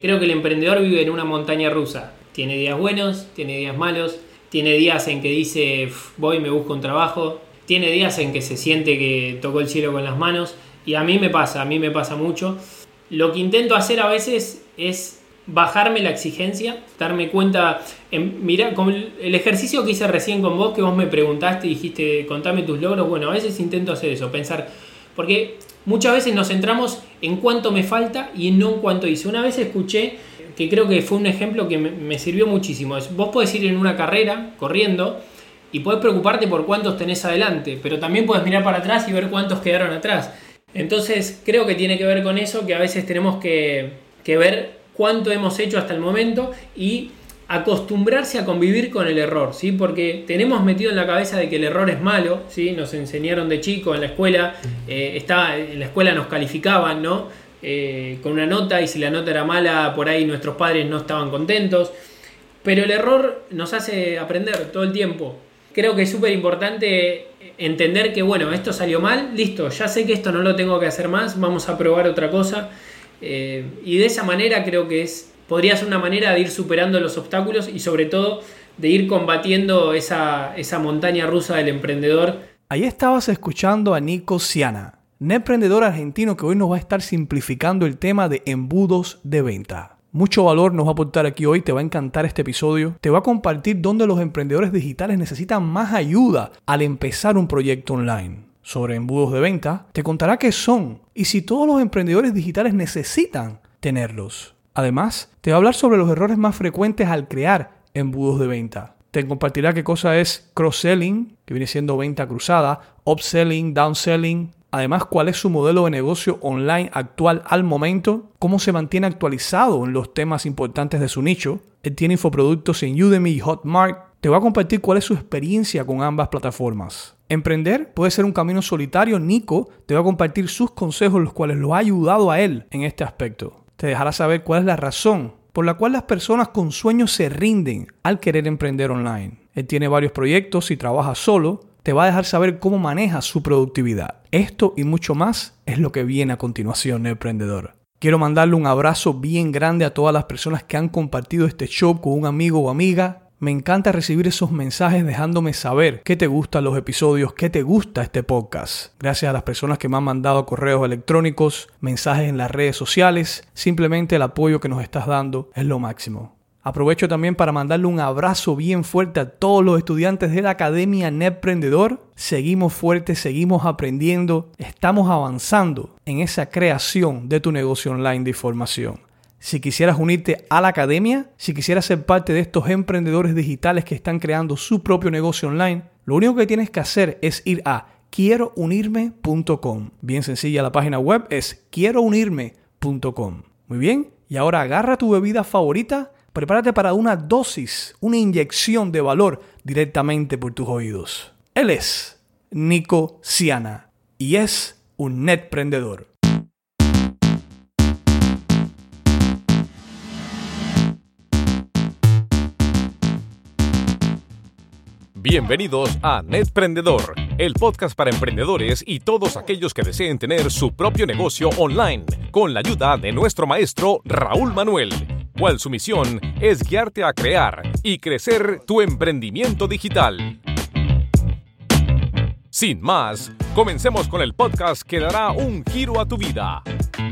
Creo que el emprendedor vive en una montaña rusa. Tiene días buenos, tiene días malos, tiene días en que dice voy y me busco un trabajo, tiene días en que se siente que tocó el cielo con las manos, y a mí me pasa mucho. Lo que intento hacer a veces es bajarme la exigencia, darme cuenta, mirá, como el ejercicio que hice recién con vos, que vos me preguntaste y dijiste contame tus logros. Bueno, a veces intento hacer eso, pensar, porque muchas veces nos centramos en cuánto me falta y no en cuánto hice. Una vez escuché, que creo que fue un ejemplo que me sirvió muchísimo, vos podés ir en una carrera corriendo y podés preocuparte por cuántos tenés adelante, pero también podés mirar para atrás y ver cuántos quedaron atrás. Entonces creo que tiene que ver con eso, que a veces tenemos que ver cuánto hemos hecho hasta el momento y acostumbrarse a convivir con el error, ¿sí? Porque tenemos metido en la cabeza de que el error es malo, ¿sí? Nos enseñaron de chico en la escuela, en la escuela nos calificaban, ¿no? Con una nota, y si la nota era mala, por ahí nuestros padres no estaban contentos, pero el error nos hace aprender todo el tiempo. Creo que es súper importante entender que, bueno, esto salió mal, listo, ya sé que esto no lo tengo que hacer más, vamos a probar otra cosa, y de esa manera creo que podría ser una manera de ir superando los obstáculos y sobre todo de ir combatiendo esa montaña rusa del emprendedor. Ahí estabas escuchando a Nico Siana, un emprendedor argentino que hoy nos va a estar simplificando el tema de embudos de venta. Mucho valor nos va a aportar aquí hoy, te va a encantar este episodio. Te va a compartir dónde los emprendedores digitales necesitan más ayuda al empezar un proyecto online. Sobre embudos de venta, te contará qué son y si todos los emprendedores digitales necesitan tenerlos. Además, te va a hablar sobre los errores más frecuentes al crear embudos de venta. Te compartirá qué cosa es cross-selling, que viene siendo venta cruzada, upselling, downselling. Además, cuál es su modelo de negocio online actual al momento, cómo se mantiene actualizado en los temas importantes de su nicho. Él tiene infoproductos en Udemy y Hotmart. Te va a compartir cuál es su experiencia con ambas plataformas. Emprender puede ser un camino solitario. Nico te va a compartir sus consejos, los cuales lo ha ayudado a él en este aspecto. Te dejará saber cuál es la razón por la cual las personas con sueños se rinden al querer emprender online. Él tiene varios proyectos y trabaja solo. Te va a dejar saber cómo maneja su productividad. Esto y mucho más es lo que viene a continuación, emprendedor. Quiero mandarle un abrazo bien grande a todas las personas que han compartido este show con un amigo o amiga. Me encanta recibir esos mensajes dejándome saber qué te gustan los episodios, qué te gusta este podcast. Gracias a las personas que me han mandado correos electrónicos, mensajes en las redes sociales. Simplemente el apoyo que nos estás dando es lo máximo. Aprovecho también para mandarle un abrazo bien fuerte a todos los estudiantes de la Academia Netprendedor. Seguimos fuertes, seguimos aprendiendo, estamos avanzando en esa creación de tu negocio online de formación. Si quisieras unirte a la academia, si quisieras ser parte de estos emprendedores digitales que están creando su propio negocio online, lo único que tienes que hacer es ir a quierounirme.com. Bien sencilla la página web, es quierounirme.com. Muy bien, y ahora agarra tu bebida favorita, prepárate para una dosis, una inyección de valor directamente por tus oídos. Él es Nico Siana y es un netprendedor. Bienvenidos a Netprendedor, el podcast para emprendedores y todos aquellos que deseen tener su propio negocio online, con la ayuda de nuestro maestro Raúl Manuel, cual su misión es guiarte a crear y crecer tu emprendimiento digital. Sin más, comencemos con el podcast que dará un giro a tu vida.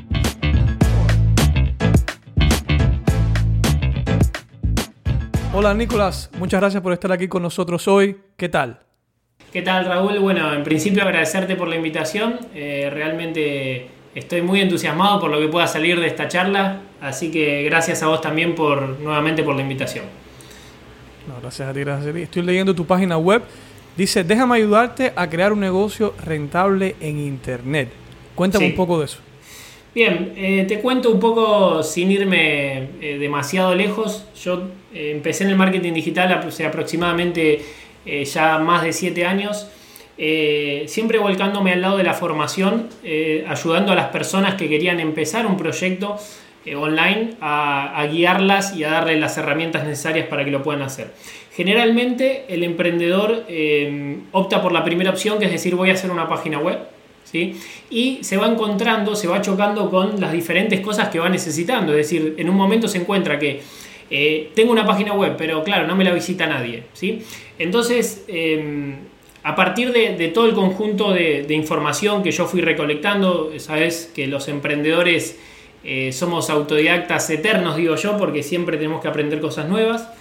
Hola Nicolás, muchas gracias por estar aquí con nosotros hoy. ¿Qué tal? ¿Qué tal, Raúl? Bueno, en principio agradecerte por la invitación. Realmente estoy muy entusiasmado por lo que pueda salir de esta charla, así que gracias a vos también nuevamente por la invitación. No, gracias a ti, gracias a ti. Estoy leyendo tu página web. Dice, déjame ayudarte a crear un negocio rentable en Internet. Cuéntame un poco de eso. Bien, te cuento un poco sin irme demasiado lejos. Yo empecé en el marketing digital hace aproximadamente ya más de 7 años, siempre volcándome al lado de la formación, ayudando a las personas que querían empezar un proyecto online a guiarlas y a darles las herramientas necesarias para que lo puedan hacer. Generalmente el emprendedor opta por la primera opción, que es decir, voy a hacer una página web. ¿sí? Y se va encontrando, se va chocando con las diferentes cosas que va necesitando. Es decir, en un momento se encuentra que tengo una página web, pero claro, no me la visita nadie, ¿sí? Entonces, a partir de todo el conjunto de información que yo fui recolectando, sabes que los emprendedores somos autodidactas eternos, digo yo, porque siempre tenemos que aprender cosas nuevas.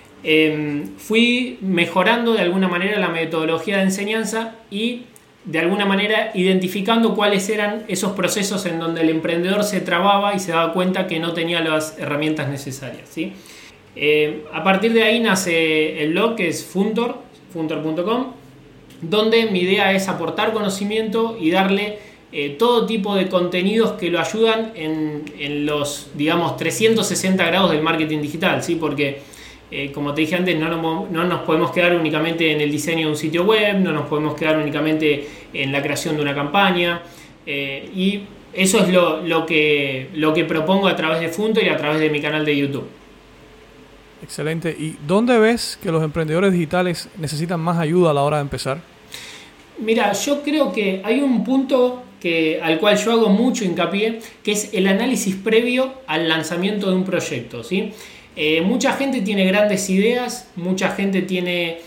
Fui mejorando de alguna manera la metodología de enseñanza y de alguna manera identificando cuáles eran esos procesos en donde el emprendedor se trababa y se daba cuenta que no tenía las herramientas necesarias, ¿sí? A partir de ahí nace el blog, que es funtor.com, donde mi idea es aportar conocimiento y darle todo tipo de contenidos que lo ayudan en los, digamos, 360 grados del marketing digital, ¿sí? Porque como te dije antes, no nos podemos quedar únicamente en el diseño de un sitio web, no nos podemos quedar únicamente en la creación de una campaña, y eso es lo que propongo a través de Funtor y a través de mi canal de YouTube. Excelente. ¿Y dónde ves que los emprendedores digitales necesitan más ayuda a la hora de empezar? Mira, yo creo que hay un punto al cual yo hago mucho hincapié, que es el análisis previo al lanzamiento de un proyecto, ¿sí? Mucha gente tiene grandes ideas, mucha gente tiene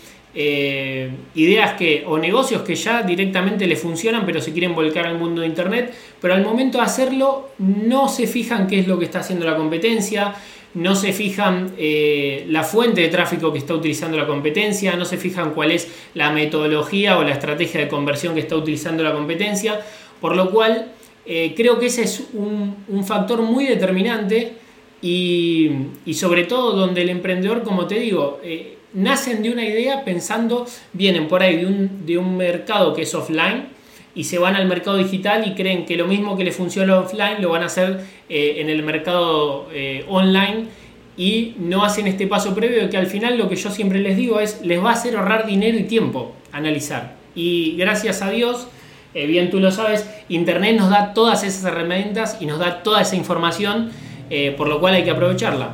ideas o negocios que ya directamente le funcionan, pero se quieren volcar al mundo de Internet, pero al momento de hacerlo no se fijan qué es lo que está haciendo la competencia, no se fijan la fuente de tráfico que está utilizando la competencia, no se fijan cuál es la metodología o la estrategia de conversión que está utilizando la competencia, por lo cual creo que ese es un factor muy determinante. Y sobre todo donde el emprendedor, como te digo, nacen de una idea pensando, vienen por ahí de un mercado que es offline y se van al mercado digital y creen que lo mismo que les funciona offline lo van a hacer en el mercado online, y no hacen este paso previo de que al final lo que yo siempre les digo es, les va a hacer ahorrar dinero y tiempo analizar. Y gracias a Dios, bien tú lo sabes, Internet nos da todas esas herramientas y nos da toda esa información, por lo cual hay que aprovecharla.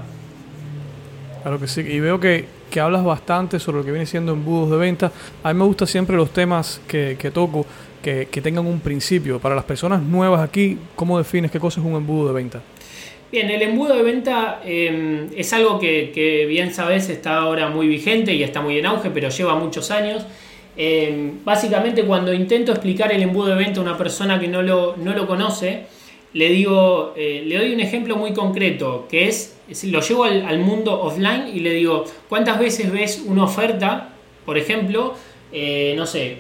Claro que sí, y veo que hablas bastante sobre lo que viene siendo embudos de venta. A mí me gustan siempre los temas que toco, que tengan un principio. Para las personas nuevas aquí, ¿cómo defines qué cosa es un embudo de venta? Bien, el embudo de venta es algo que bien sabes está ahora muy vigente y está muy en auge, pero lleva muchos años. Básicamente, cuando intento explicar el embudo de venta a una persona que no lo conoce, le doy un ejemplo muy concreto, que lo llevo al mundo offline y le digo, ¿cuántas veces ves una oferta? Por ejemplo, no sé,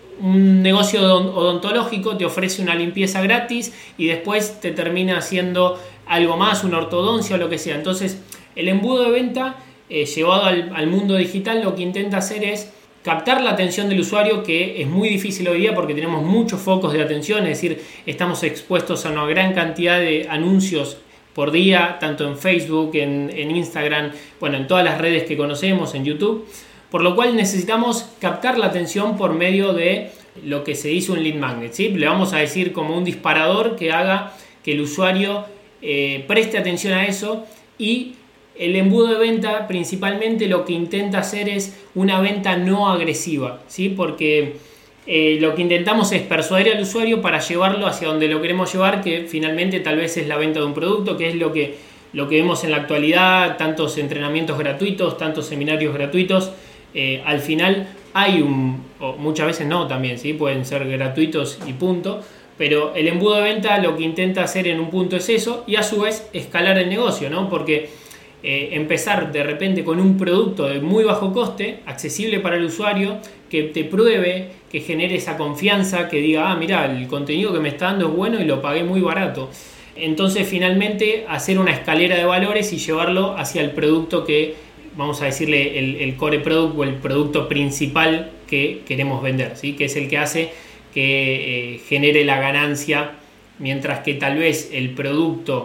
un negocio odontológico te ofrece una limpieza gratis y después te termina haciendo algo más, una ortodoncia o lo que sea. Entonces, el embudo de venta llevado al mundo digital, lo que intenta hacer es captar la atención del usuario, que es muy difícil hoy día porque tenemos muchos focos de atención, es decir, estamos expuestos a una gran cantidad de anuncios por día, tanto en Facebook, en Instagram, bueno, en todas las redes que conocemos, en YouTube, por lo cual necesitamos captar la atención por medio de lo que se dice un lead magnet, ¿sí? Le vamos a decir como un disparador que haga que el usuario preste atención a eso. Y el embudo de venta principalmente lo que intenta hacer es una venta no agresiva, ¿sí? Porque lo que intentamos es persuadir al usuario para llevarlo hacia donde lo queremos llevar, que finalmente tal vez es la venta de un producto, que es lo que vemos en la actualidad, tantos entrenamientos gratuitos, tantos seminarios gratuitos. Al final hay o muchas veces no también, ¿sí? Pueden ser gratuitos y punto. Pero el embudo de venta lo que intenta hacer en un punto es eso, y a su vez escalar el negocio, ¿no? Porque empezar de repente con un producto de muy bajo coste, accesible para el usuario, que te pruebe, que genere esa confianza, que diga, mira, el contenido que me está dando es bueno y lo pagué muy barato. Entonces finalmente hacer una escalera de valores y llevarlo hacia el producto que, vamos a decirle, el core product o el producto principal que queremos vender, ¿sí? Que es el que hace que genere la ganancia, mientras que tal vez el producto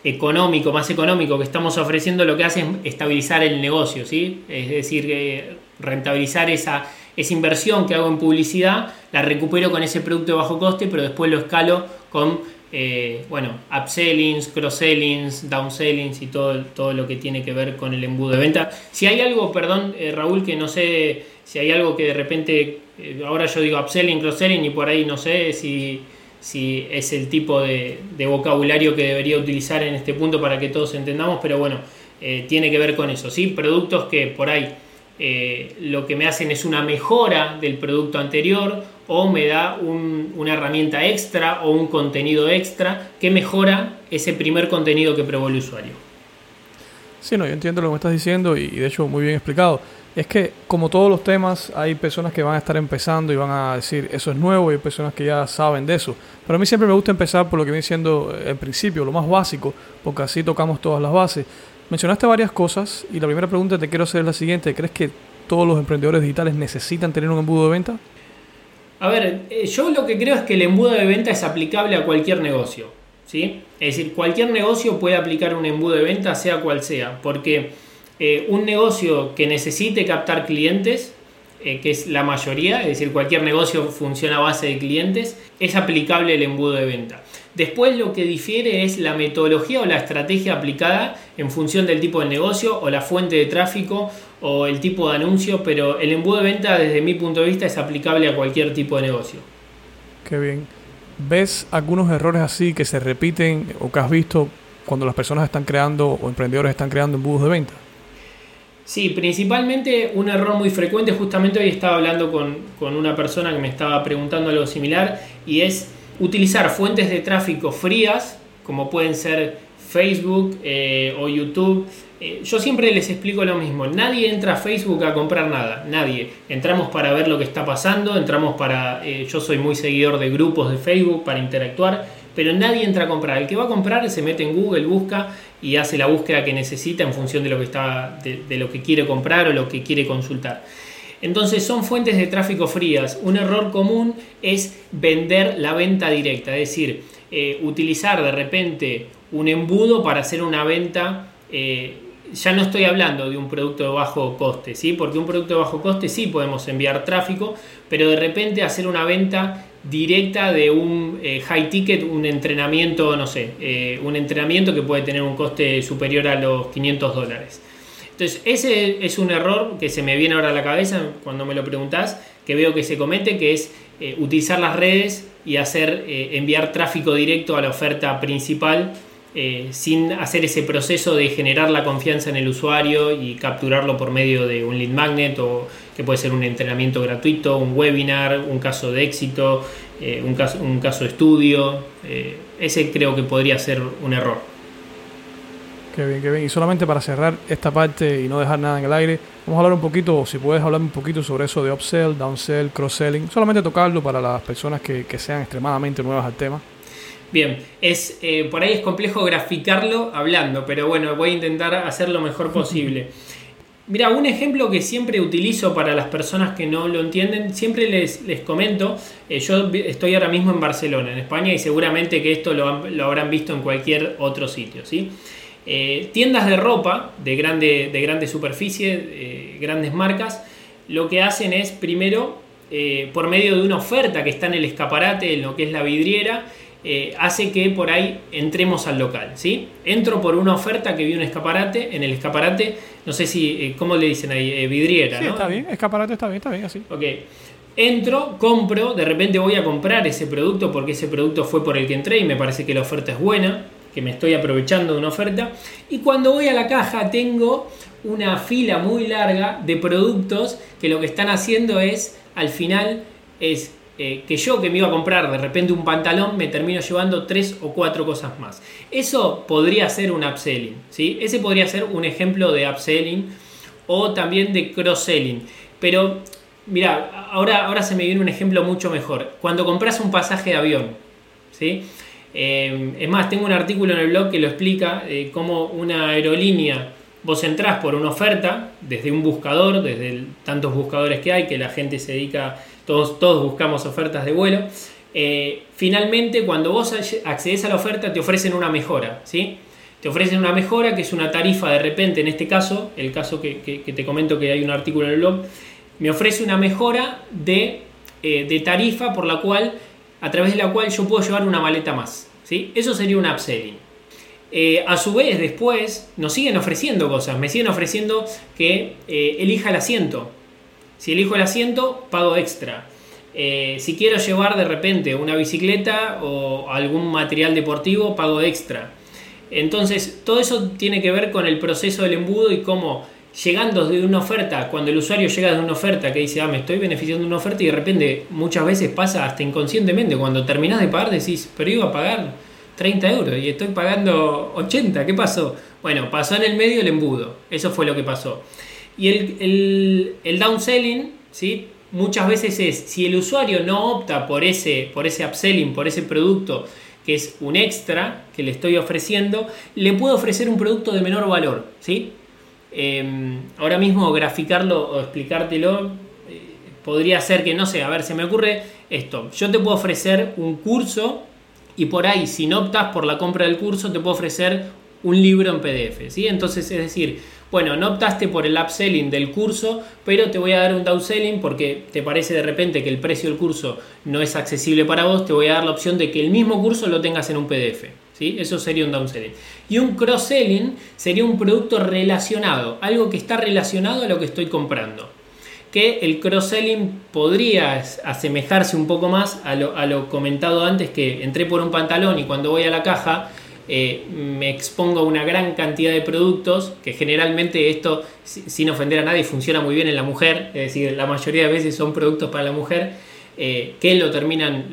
más económico que estamos ofreciendo lo que hace es estabilizar el negocio, ¿sí? Es decir, rentabilizar esa inversión que hago en publicidad, la recupero con ese producto de bajo coste, pero después lo escalo con upsellings, cross-sellings, downsellings y todo lo que tiene que ver con el embudo de venta. Si hay algo, perdón, Raúl, que no sé si hay algo que de repente, ahora yo digo upselling, cross-selling y por ahí no sé si es el tipo de vocabulario que debería utilizar en este punto para que todos entendamos, pero bueno, tiene que ver con eso, ¿sí? Productos que por ahí lo que me hacen es una mejora del producto anterior o me da una herramienta extra o un contenido extra que mejora ese primer contenido que probó el usuario. Sí, no, yo entiendo lo que me estás diciendo y de hecho muy bien explicado. Es que como todos los temas hay personas que van a estar empezando y van a decir eso es nuevo y hay personas que ya saben de eso. Pero a mí siempre me gusta empezar por lo que viene siendo el principio, lo más básico, porque así tocamos todas las bases. Mencionaste varias cosas y la primera pregunta que te quiero hacer es la siguiente. ¿Crees que todos los emprendedores digitales necesitan tener un embudo de venta? A ver, yo lo que creo es que el embudo de venta es aplicable a cualquier negocio, ¿sí? Es decir, cualquier negocio puede aplicar un embudo de venta, sea cual sea, porque un negocio que necesite captar clientes, que es la mayoría, es decir, cualquier negocio funciona a base de clientes, es aplicable el embudo de venta. Después lo que difiere es la metodología o la estrategia aplicada en función del tipo de negocio o la fuente de tráfico o el tipo de anuncio, pero el embudo de venta desde mi punto de vista es aplicable a cualquier tipo de negocio. Qué bien. ¿Ves algunos errores así que se repiten o que has visto cuando las personas están creando o emprendedores están creando embudos de venta? Sí, principalmente un error muy frecuente, justamente hoy estaba hablando con una persona que me estaba preguntando algo similar, y es utilizar fuentes de tráfico frías, como pueden ser Facebook o YouTube. Yo siempre les explico lo mismo, nadie entra a Facebook a comprar nada, nadie. Entramos para ver lo que está pasando, entramos para... yo soy muy seguidor de grupos de Facebook para interactuar, pero nadie entra a comprar. El que va a comprar se mete en Google, busca y hace la búsqueda que necesita en función de lo que está, de lo que quiere comprar o lo que quiere consultar. Entonces son fuentes de tráfico frías. Un error común es vender la venta directa, es decir, utilizar de repente un embudo para hacer una venta. Ya no estoy hablando de un producto de bajo coste, ¿sí? Porque un producto de bajo coste sí podemos enviar tráfico, pero de repente hacer una venta directa de un high ticket, un entrenamiento, no sé, un entrenamiento que puede tener un coste superior a los $500. Entonces ese es un error que se me viene ahora a la cabeza cuando me lo preguntás, que veo que se comete, que es utilizar las redes y enviar tráfico directo a la oferta principal, sin hacer ese proceso de generar la confianza en el usuario y capturarlo por medio de un lead magnet, o que puede ser un entrenamiento gratuito, un webinar, un caso de éxito, un caso de estudio. Ese creo que podría ser un error. Qué bien, qué bien. Y solamente para cerrar esta parte y no dejar nada en el aire, vamos a hablar un poquito, o si puedes hablar un poquito sobre eso de upsell, downsell, cross-selling, solamente tocarlo para las personas que sean extremadamente nuevas al tema. Bien, por ahí es complejo graficarlo hablando, pero bueno, voy a intentar hacer lo mejor posible. Mira, un ejemplo que siempre utilizo para las personas que no lo entienden, siempre les comento, yo estoy ahora mismo en Barcelona, en España, y seguramente que esto lo habrán visto en cualquier otro sitio, ¿sí? Tiendas de ropa de grande superficie, grandes marcas, lo que hacen es primero, por medio de una oferta que está en el escaparate, en lo que es la vidriera, hace que por ahí entremos al local, ¿sí? Entro por una oferta que vi en el escaparate, no sé si, ¿cómo le dicen ahí? Vidriera, sí, ¿no? Está bien, escaparate está bien, así. Ok. Entro, compro, de repente voy a comprar ese producto porque ese producto fue por el que entré y me parece que la oferta es buena, que me estoy aprovechando de una oferta, y cuando voy a la caja tengo una fila muy larga de productos que lo que están haciendo es, al final, que yo que me iba a comprar de repente un pantalón me termino llevando 3 o 4 cosas más. Eso podría ser un upselling, ¿sí? Ese podría ser un ejemplo de upselling o también de cross-selling. Pero mira, ahora se me viene un ejemplo mucho mejor. Cuando compras un pasaje de avión, ¿sí? Es más, tengo un artículo en el blog que lo explica, cómo una aerolínea, vos entrás por una oferta desde un buscador, desde tantos buscadores que hay, que la gente se dedica, todos buscamos ofertas de vuelo. Finalmente, cuando vos accedes a la oferta, te ofrecen una mejora, ¿sí? Te ofrecen una mejora que es una tarifa de repente, en este caso, el caso que te comento que hay un artículo en el blog, me ofrece una mejora de tarifa a través de la cual yo puedo llevar una maleta más, ¿sí? Eso sería un upselling. A su vez, después nos siguen ofreciendo cosas. Me siguen ofreciendo que elija el asiento. Si elijo el asiento, pago extra. Si quiero llevar de repente una bicicleta o algún material deportivo, pago extra. Entonces, todo eso tiene que ver con el proceso del embudo y cómo, llegando de una oferta, cuando el usuario llega de una oferta que dice, me estoy beneficiando de una oferta, y de repente muchas veces pasa hasta inconscientemente, cuando terminás de pagar decís, pero iba a pagar 30 euros y estoy pagando 80, ¿qué pasó? Bueno, pasó en el medio el embudo, eso fue lo que pasó. Y el downselling, ¿sí? Muchas veces es, si el usuario no opta por ese upselling, por ese producto que es un extra que le estoy ofreciendo, le puedo ofrecer un producto de menor valor, ¿sí? Ahora mismo graficarlo o explicártelo podría ser que, no sé, a ver, se me ocurre esto. Yo te puedo ofrecer un curso y por ahí, si no optas por la compra del curso, te puedo ofrecer un libro en PDF, ¿sí? Entonces, es decir, bueno, no optaste por el upselling del curso, pero te voy a dar un downselling porque te parece de repente que el precio del curso no es accesible para vos, te voy a dar la opción de que el mismo curso lo tengas en un PDF, ¿sí? Eso sería un downselling. Y un cross-selling sería un producto relacionado, algo que está relacionado a lo que estoy comprando. Que el cross-selling podría asemejarse un poco más a lo comentado antes, que entré por un pantalón y cuando voy a la caja me expongo a una gran cantidad de productos, que generalmente esto, sin ofender a nadie, funciona muy bien en la mujer, es decir, la mayoría de veces son productos para la mujer, que lo terminan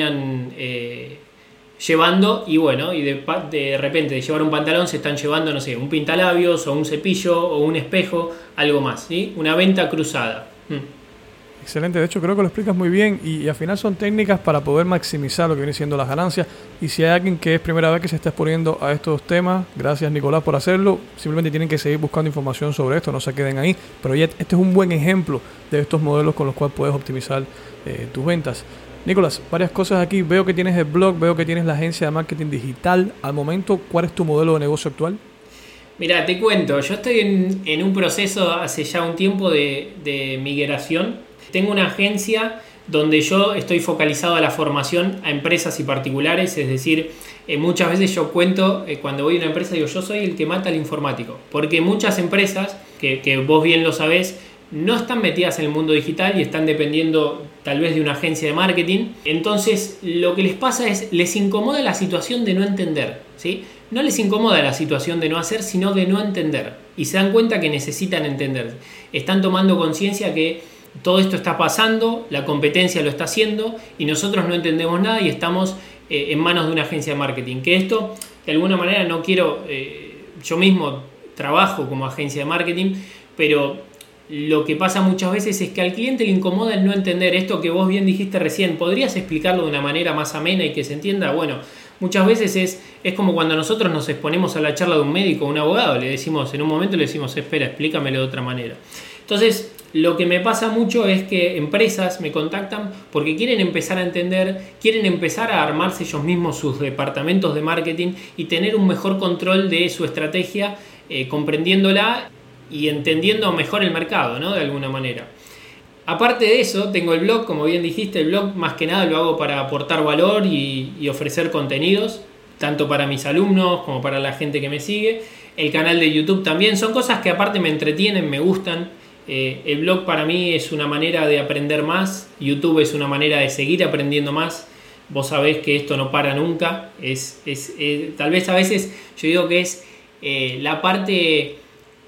llevando, y bueno, y de repente de llevar un pantalón se están llevando, no sé, un pintalabios o un cepillo o un espejo, algo más, ¿sí? Una venta cruzada. Excelente, de hecho creo que lo explicas muy bien y al final son técnicas para poder maximizar lo que viene siendo las ganancias. Y si hay alguien que es primera vez que se está exponiendo a estos temas, gracias Nicolás por hacerlo, simplemente tienen que seguir buscando información sobre esto, no se queden ahí. Pero ya este es un buen ejemplo de estos modelos con los cuales puedes optimizar tus ventas. Nicolás, varias cosas aquí, veo que tienes el blog, veo que tienes la agencia de marketing digital. Al momento, ¿cuál es tu modelo de negocio actual? Mira, te cuento, yo estoy en un proceso hace ya un tiempo de migración. Tengo una agencia donde yo estoy focalizado a la formación a empresas y particulares, es decir, muchas veces yo cuento, cuando voy a una empresa digo, yo soy el que mata al informático, porque muchas empresas, que vos bien lo sabés, no están metidas en el mundo digital y están dependiendo tal vez de una agencia de marketing. Entonces lo que les pasa es, les incomoda la situación de no entender, ¿sí? No les incomoda la situación de no hacer, sino de no entender, y se dan cuenta que necesitan entender. Están tomando conciencia que todo esto está pasando, la competencia lo está haciendo y nosotros no entendemos nada y estamos en manos de una agencia de marketing. Que esto, de alguna manera, no quiero, yo mismo trabajo como agencia de marketing, pero lo que pasa muchas veces es que al cliente le incomoda el no entender esto que vos bien dijiste recién. ¿Podrías explicarlo de una manera más amena y que se entienda? Bueno, muchas veces es como cuando nosotros nos exponemos a la charla de un médico o un abogado, le decimos, en un momento le decimos, espera, explícamelo de otra manera. Entonces, lo que me pasa mucho es que empresas me contactan porque quieren empezar a entender, quieren empezar a armarse ellos mismos sus departamentos de marketing y tener un mejor control de su estrategia, comprendiéndola y entendiendo mejor el mercado, ¿no? De alguna manera. Aparte de eso, tengo el blog, como bien dijiste, el blog más que nada lo hago para aportar valor y ofrecer contenidos, tanto para mis alumnos como para la gente que me sigue. El canal de YouTube también, son cosas que aparte me entretienen, me gustan. El blog para mí es una manera de aprender más, YouTube es una manera de seguir aprendiendo más. Vos sabés que esto no para nunca, tal vez a veces yo digo que es la parte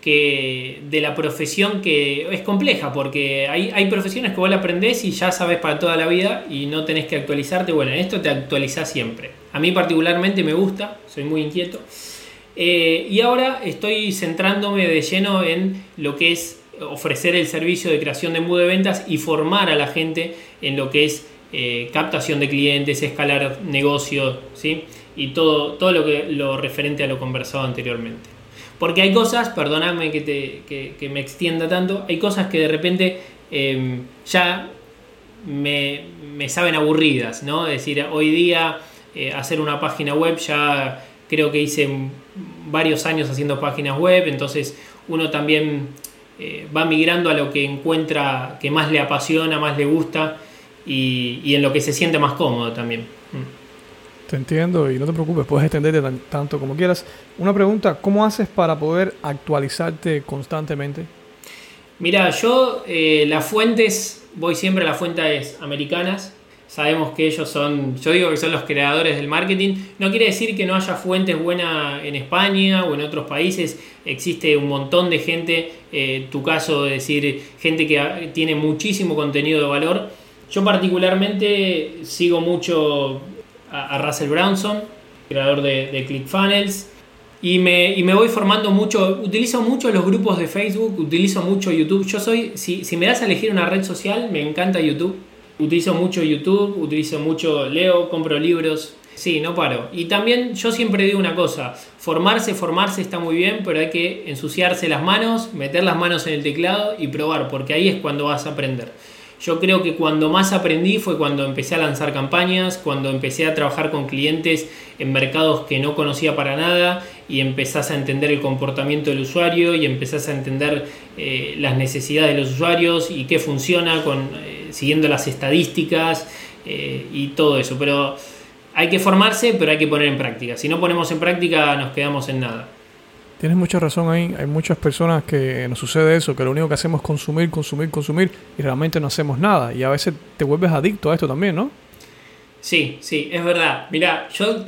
de la profesión que es compleja, porque hay profesiones que vos la aprendés y ya sabés para toda la vida y no tenés que actualizarte. Bueno, en esto te actualizás siempre. A mí particularmente me gusta, soy muy inquieto. Y ahora estoy centrándome de lleno en lo que es ofrecer el servicio de creación de embudo de ventas y formar a la gente en lo que es captación de clientes, escalar negocios, ¿sí? Y todo lo referente a lo conversado anteriormente. Porque hay cosas, perdóname que me extienda tanto, hay cosas que de repente ya me saben aburridas, ¿no? Es decir, hoy día hacer una página web, ya creo que hice varios años haciendo páginas web, entonces uno también va migrando a lo que encuentra que más le apasiona, más le gusta y en lo que se siente más cómodo también. Te entiendo y no te preocupes, puedes extenderte tanto como quieras. Una pregunta, ¿cómo haces para poder actualizarte constantemente? Mira, yo las fuentes, voy siempre a las fuentes americanas. Sabemos que ellos son, yo digo que son los creadores del marketing. No quiere decir que no haya fuentes buenas en España o en otros países. Existe un montón de gente, tu caso de decir, gente que tiene muchísimo contenido de valor. Yo particularmente sigo mucho a Russell Brunson, creador de ClickFunnels. Y me voy formando mucho, utilizo mucho los grupos de Facebook, utilizo mucho YouTube. Yo soy, si me das a elegir una red social, me encanta YouTube. Utilizo mucho YouTube, leo, compro libros. Sí, no paro. Y también yo siempre digo una cosa, formarse está muy bien, pero hay que ensuciarse las manos, meter las manos en el teclado y probar, porque ahí es cuando vas a aprender. Yo creo que cuando más aprendí fue cuando empecé a lanzar campañas, cuando empecé a trabajar con clientes en mercados que no conocía para nada y empezás a entender el comportamiento del usuario y empezás a entender las necesidades de los usuarios y qué funciona siguiendo las estadísticas y todo eso. Pero hay que formarse, pero hay que poner en práctica. Si no ponemos en práctica nos quedamos en nada. Tienes mucha razón ahí. Hay muchas personas que nos sucede eso, que lo único que hacemos es consumir y realmente no hacemos nada. Y a veces te vuelves adicto a esto también, ¿no? Sí, es verdad. Mirá, yo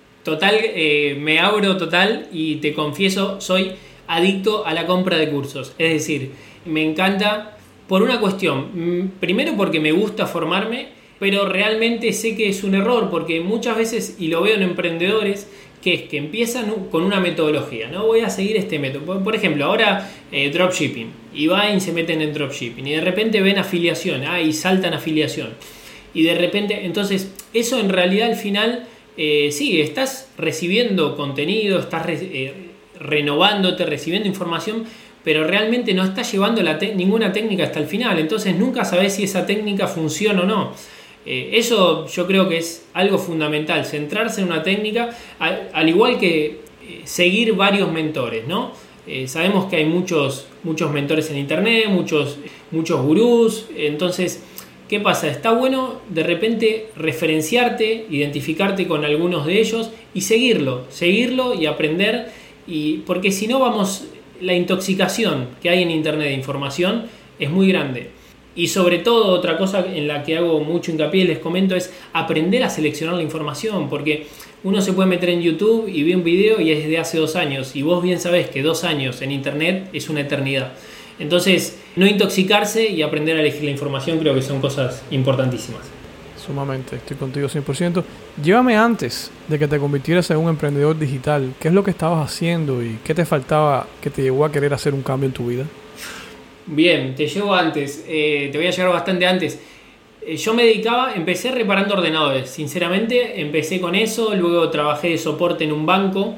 me abro total y te confieso, soy adicto a la compra de cursos. Es decir, me encanta por una cuestión. Primero porque me gusta formarme, pero realmente sé que es un error porque muchas veces, y lo veo en emprendedores, que es que empiezan con una metodología, ¿no? Voy a seguir este método. Por ejemplo, ahora dropshipping. Y van y se meten en dropshipping. Y de repente ven afiliación. Y saltan afiliación. Y de repente, entonces, eso en realidad al final, sí, estás recibiendo contenido, estás renovándote, recibiendo información, pero realmente no estás llevando ninguna técnica hasta el final. Entonces nunca sabes si esa técnica funciona o no. Eso yo creo que es algo fundamental, centrarse en una técnica, al igual que seguir varios mentores, ¿no? Sabemos que hay muchos mentores en internet, muchos gurús. Entonces, ¿qué pasa? Está bueno de repente referenciarte, identificarte con algunos de ellos y seguirlo y aprender, porque si no la intoxicación que hay en internet de información es muy grande. Y sobre todo, otra cosa en la que hago mucho hincapié, les comento, es aprender a seleccionar la información, porque uno se puede meter en YouTube y ve un video y es de hace 2 años, y vos bien sabés que 2 años en internet es una eternidad. Entonces, no intoxicarse y aprender a elegir la información creo que son cosas importantísimas. Sumamente, estoy contigo 100%. Llévame antes de que te convirtieras en un emprendedor digital. ¿Qué es lo que estabas haciendo y qué te faltaba que te llevó a querer hacer un cambio en tu vida? Bien, te llevo antes, te voy a llevar bastante antes. Yo empecé reparando ordenadores, sinceramente, empecé con eso, luego trabajé de soporte en un banco,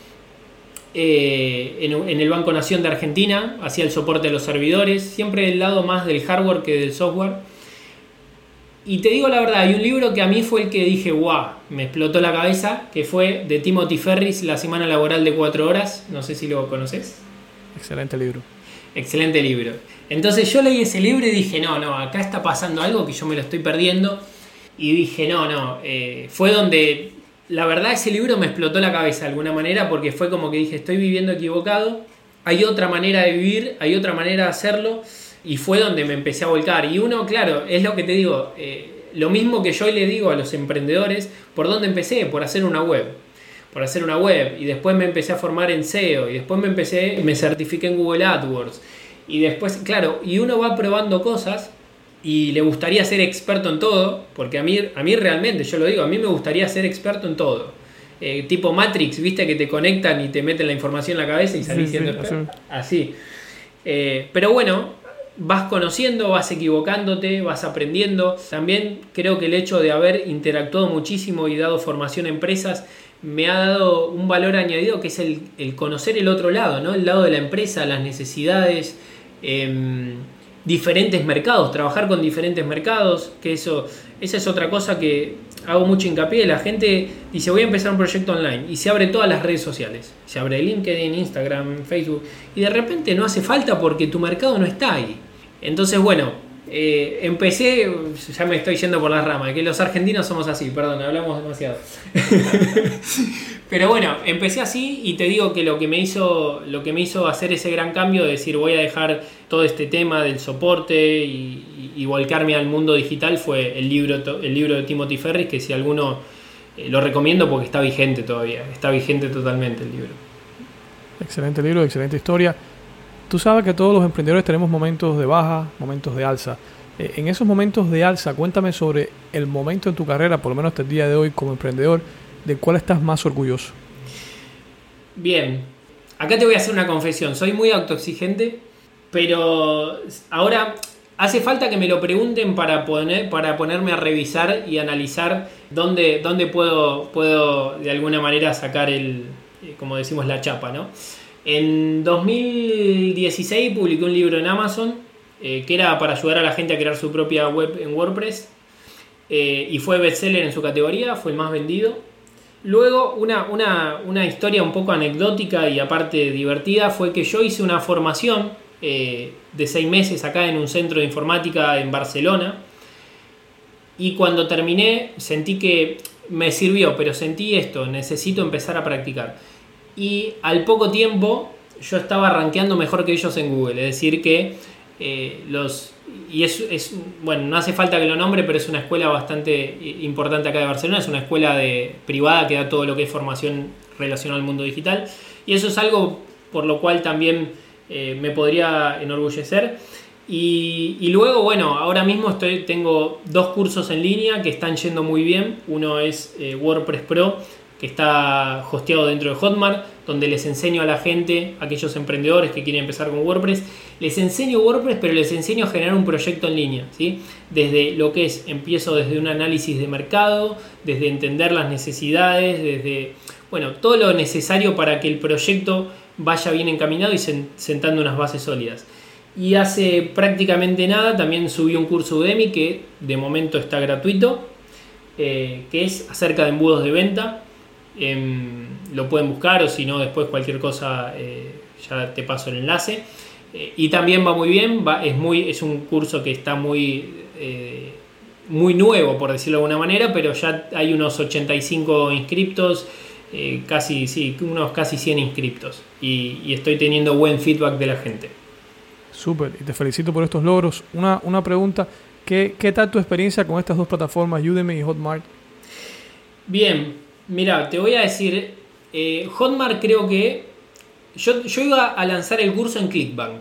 en el Banco Nación de Argentina, hacía el soporte de los servidores, siempre del lado más del hardware que del software. Y te digo la verdad, hay un libro que a mí fue el que dije, ¡guau!, me explotó la cabeza, que fue de Timothy Ferriss, La semana laboral de 4 horas, no sé si lo conoces. Excelente libro. Excelente libro. Entonces yo leí ese libro y dije, no, acá está pasando algo que yo me lo estoy perdiendo. Y dije, fue donde, la verdad, ese libro me explotó la cabeza de alguna manera, porque fue como que dije, estoy viviendo equivocado, hay otra manera de vivir, hay otra manera de hacerlo, y fue donde me empecé a volcar. Y uno, claro, es lo que te digo, lo mismo que yo le digo a los emprendedores, ¿por dónde empecé? Por hacer una web. Y después me empecé a formar en SEO, y después me certifiqué en Google AdWords, y después, claro, y uno va probando cosas y le gustaría ser experto en todo, porque a mí realmente, yo lo digo, a mí me gustaría ser experto en todo, tipo Matrix, viste que te conectan y te meten la información en la cabeza y salís siendo experto, así. Pero bueno, vas conociendo, vas equivocándote, vas aprendiendo. También creo que el hecho de haber interactuado muchísimo y dado formación a empresas me ha dado un valor añadido, que es el conocer el otro lado, ¿no? El lado de la empresa, las necesidades, diferentes mercados, trabajar con diferentes mercados, que esa es otra cosa que hago mucho hincapié. La gente dice, voy a empezar un proyecto online, y se abre todas las redes sociales, se abre LinkedIn, Instagram, Facebook, y de repente no hace falta porque tu mercado no está ahí. Entonces, bueno, Empecé, ya me estoy yendo por las ramas, que los argentinos somos así, perdón, hablamos demasiado. Pero bueno, empecé así y te digo que lo que me hizo hacer ese gran cambio de decir voy a dejar todo este tema del soporte y volcarme al mundo digital fue el libro de Timothy Ferriss, que si alguno lo recomiendo porque está vigente todavía, está vigente totalmente el libro. Excelente libro, excelente historia. Tú sabes que todos los emprendedores tenemos momentos de baja, momentos de alza. En esos momentos de alza, cuéntame sobre el momento en tu carrera, por lo menos hasta el día de hoy como emprendedor, del cual estás más orgulloso. Bien, acá te voy a hacer una confesión. Soy muy autoexigente, pero ahora hace falta que me lo pregunten para ponerme a revisar y analizar dónde puedo de alguna manera sacar como decimos, la chapa, ¿no? En 2016 publiqué un libro en Amazon que era para ayudar a la gente a crear su propia web en WordPress y fue bestseller en su categoría, fue el más vendido. Luego una historia un poco anecdótica y aparte divertida fue que yo hice una formación de 6 meses acá en un centro de informática en Barcelona y cuando terminé sentí que me sirvió, pero sentí esto, necesito empezar a practicar. Y al poco tiempo yo estaba rankeando mejor que ellos en Google. Es decir que bueno, no hace falta que lo nombre, pero es una escuela bastante importante acá de Barcelona. Es una escuela privada que da todo lo que es formación relacionada al mundo digital. Y eso es algo por lo cual también me podría enorgullecer. Y luego, bueno, ahora mismo tengo 2 cursos en línea que están yendo muy bien. Uno es WordPress Pro, que está hosteado dentro de Hotmart, donde les enseño a la gente, a aquellos emprendedores que quieren empezar con WordPress, les enseño WordPress, pero les enseño a generar un proyecto en línea, ¿sí? Desde lo que empiezo desde un análisis de mercado, desde entender las necesidades, desde, bueno, todo lo necesario para que el proyecto vaya bien encaminado y sentando unas bases sólidas. Y hace prácticamente nada también subí un curso Udemy que de momento está gratuito, que es acerca de embudos de venta. Lo pueden buscar o si no después cualquier cosa ya te paso el enlace. Y también va muy bien, es un curso que está muy nuevo por decirlo de alguna manera, pero ya hay unos 85 inscriptos, unos casi 100 inscriptos y estoy teniendo buen feedback de la gente. Súper, y te felicito por estos logros. Una pregunta, ¿qué tal tu experiencia con estas 2 plataformas, Udemy y Hotmart? Bien, mira, te voy a decir, Hotmart creo que yo iba a lanzar el curso en ClickBank.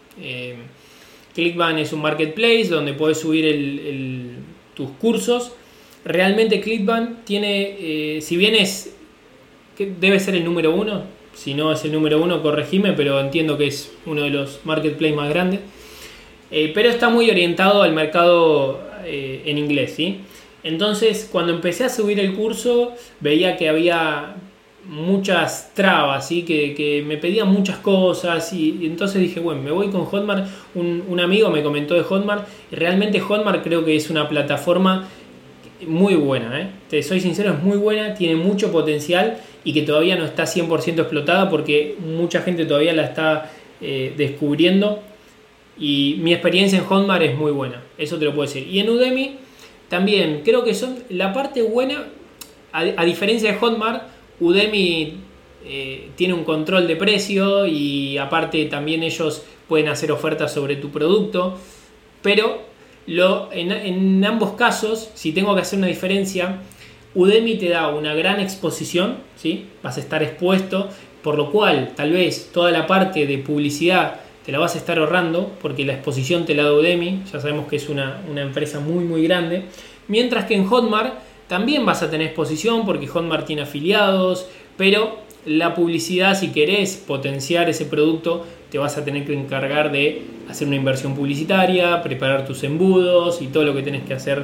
ClickBank es un marketplace donde puedes subir tus cursos. Realmente ClickBank tiene, si bien debe ser el número 1, si no es el número 1 corregime, pero entiendo que es uno de los marketplaces más grandes, pero está muy orientado al mercado en inglés, ¿sí? Entonces cuando empecé a subir el curso veía que había muchas trabas, ¿sí? que me pedían muchas cosas y entonces dije, bueno, me voy con Hotmart. Un amigo me comentó de Hotmart y realmente Hotmart creo que es una plataforma muy buena, te soy sincero, es muy buena, tiene mucho potencial y que todavía no está 100% explotada porque mucha gente todavía la está descubriendo y mi experiencia en Hotmart es muy buena, eso te lo puedo decir. Y en Udemy también creo que son la parte buena, a diferencia de Hotmart, Udemy tiene un control de precio y aparte también ellos pueden hacer ofertas sobre tu producto, pero en ambos casos, si tengo que hacer una diferencia, Udemy te da una gran exposición, ¿sí? Vas a estar expuesto, por lo cual tal vez toda la parte de publicidad te la vas a estar ahorrando porque la exposición te la da Udemy, ya sabemos que es una empresa muy muy grande, mientras que en Hotmart también vas a tener exposición porque Hotmart tiene afiliados, pero la publicidad, si querés potenciar ese producto, te vas a tener que encargar de hacer una inversión publicitaria, preparar tus embudos y todo lo que tenés que hacer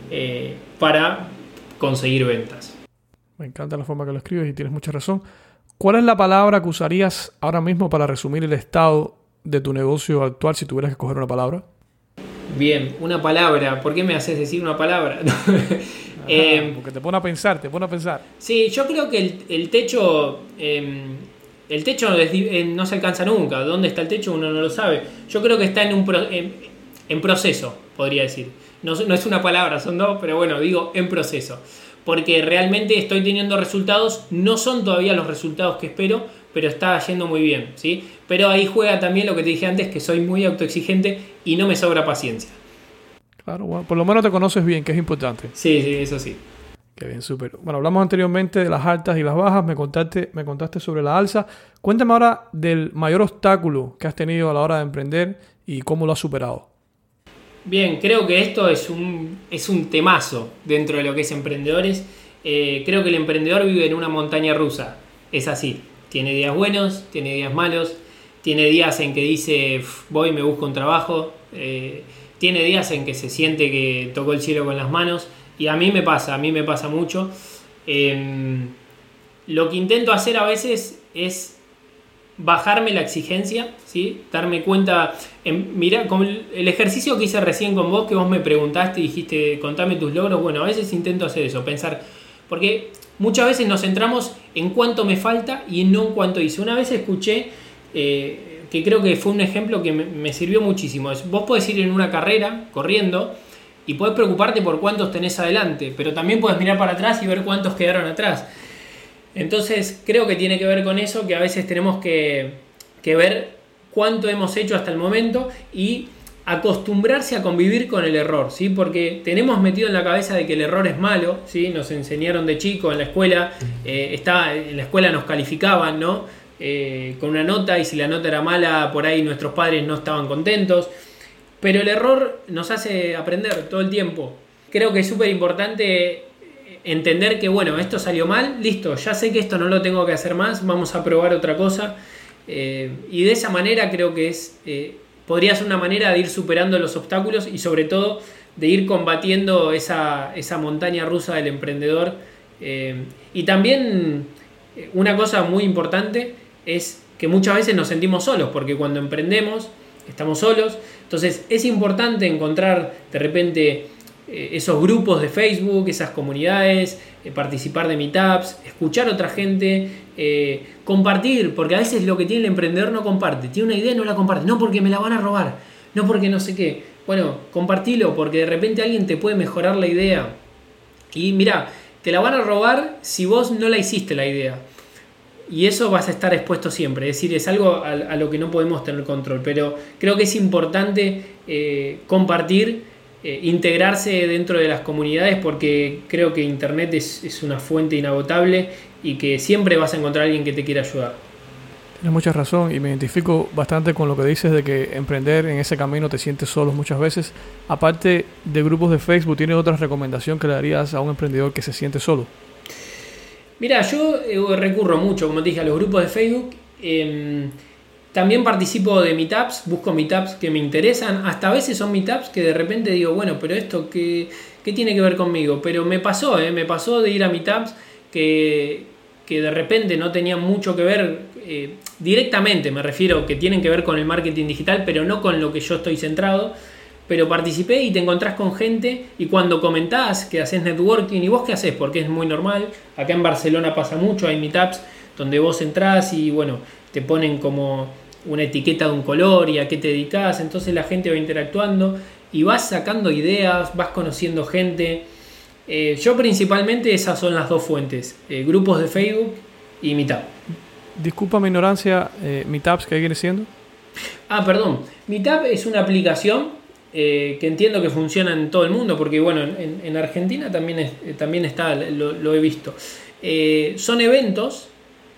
para conseguir ventas. Me encanta la forma que lo escribes y tienes mucha razón. ¿Cuál es la palabra que usarías ahora mismo para resumir el estado de tu negocio actual si tuvieras que escoger una palabra? Bien, una palabra. ¿Por qué me haces decir una palabra? Porque te pone a pensar, Sí, yo creo que el techo no se alcanza nunca. ¿Dónde está el techo? Uno no lo sabe. Yo creo que está en proceso. podría decir. No es una palabra, son dos, pero bueno, digo en proceso. Porque realmente estoy teniendo resultados, no son todavía los resultados que espero, pero está yendo muy bien, ¿sí? Pero ahí juega también lo que te dije antes, que soy muy autoexigente y no me sobra paciencia. Claro, bueno, por lo menos te conoces bien, que es importante. Sí, eso sí. Qué bien, súper. Bueno, hablamos anteriormente de las altas y las bajas, me contaste sobre la alza. Cuéntame ahora del mayor obstáculo que has tenido a la hora de emprender y cómo lo has superado. Bien, creo que esto es un temazo dentro de lo que es emprendedores. Creo que el emprendedor vive en una montaña rusa, es así. Tiene días buenos, tiene días malos, tiene días en que dice, voy, me busco un trabajo, tiene días en que se siente que tocó el cielo con las manos, y a mí me pasa mucho. Lo que intento hacer a veces es bajarme la exigencia, ¿sí? Darme cuenta, mira, con el ejercicio que hice recién con vos, que vos me preguntaste y dijiste, contame tus logros, bueno, a veces intento hacer eso, pensar, porque muchas veces nos centramos en cuánto me falta y no en cuánto hice. Una vez escuché, que creo que fue un ejemplo que me sirvió muchísimo, vos podés ir en una carrera, corriendo, y podés preocuparte por cuántos tenés adelante, pero también podés mirar para atrás y ver cuántos quedaron atrás. Entonces creo que tiene que ver con eso, que a veces tenemos que ver cuánto hemos hecho hasta el momento y acostumbrarse a convivir con el error, ¿sí? Porque tenemos metido en la cabeza de que el error es malo, ¿sí? Nos enseñaron de chico en la escuela, en la escuela nos calificaban, ¿no? Con una nota, y si la nota era mala, por ahí nuestros padres no estaban contentos. Pero el error nos hace aprender todo el tiempo. Creo que es súper importante entender que, bueno, esto salió mal, listo, ya sé que esto no lo tengo que hacer más, vamos a probar otra cosa. Y de esa manera creo que podría ser una manera de ir superando los obstáculos y sobre todo de ir combatiendo esa montaña rusa del emprendedor. Y también una cosa muy importante es que muchas veces nos sentimos solos, porque cuando emprendemos estamos solos. Entonces es importante encontrar de repente esos grupos de Facebook, esas comunidades, participar de meetups, escuchar a otra gente, compartir, porque a veces lo que tiene el emprendedor no comparte, tiene una idea y no la comparte, no porque me la van a robar, no porque no sé qué. Bueno, compartilo, porque de repente alguien te puede mejorar la idea. Y mirá, te la van a robar si vos no la hiciste la idea. Y eso vas a estar expuesto siempre, es decir, es algo a lo que no podemos tener control, pero creo que es importante compartir, integrarse dentro de las comunidades, porque creo que Internet es una fuente inagotable y que siempre vas a encontrar a alguien que te quiera ayudar. Tienes mucha razón y me identifico bastante con lo que dices de que emprender en ese camino te sientes solo muchas veces. Aparte de grupos de Facebook, ¿tienes otra recomendación que le darías a un emprendedor que se siente solo? Mira, yo recurro mucho, como te dije, a los grupos de Facebook. También participo de meetups, busco meetups que me interesan. Hasta a veces son meetups que de repente digo, bueno, pero esto, ¿qué tiene que ver conmigo? Pero me pasó de ir a meetups que de repente no tenían mucho que ver directamente, me refiero, que tienen que ver con el marketing digital, pero no con lo que yo estoy centrado. Pero participé y te encontrás con gente, y cuando comentás que haces networking, ¿y vos qué haces? Porque es muy normal. Acá en Barcelona pasa mucho, hay meetups donde vos entrás y bueno, te ponen como una etiqueta de un color y a qué te dedicás, entonces la gente va interactuando y vas sacando ideas, vas conociendo gente. Yo principalmente esas son las dos fuentes, grupos de Facebook y meetup. Disculpa mi ignorancia, meetups, ¿qué viene siendo? Perdón, meetup es una aplicación que entiendo que funciona en todo el mundo, porque bueno, en Argentina también está, lo he visto. Son eventos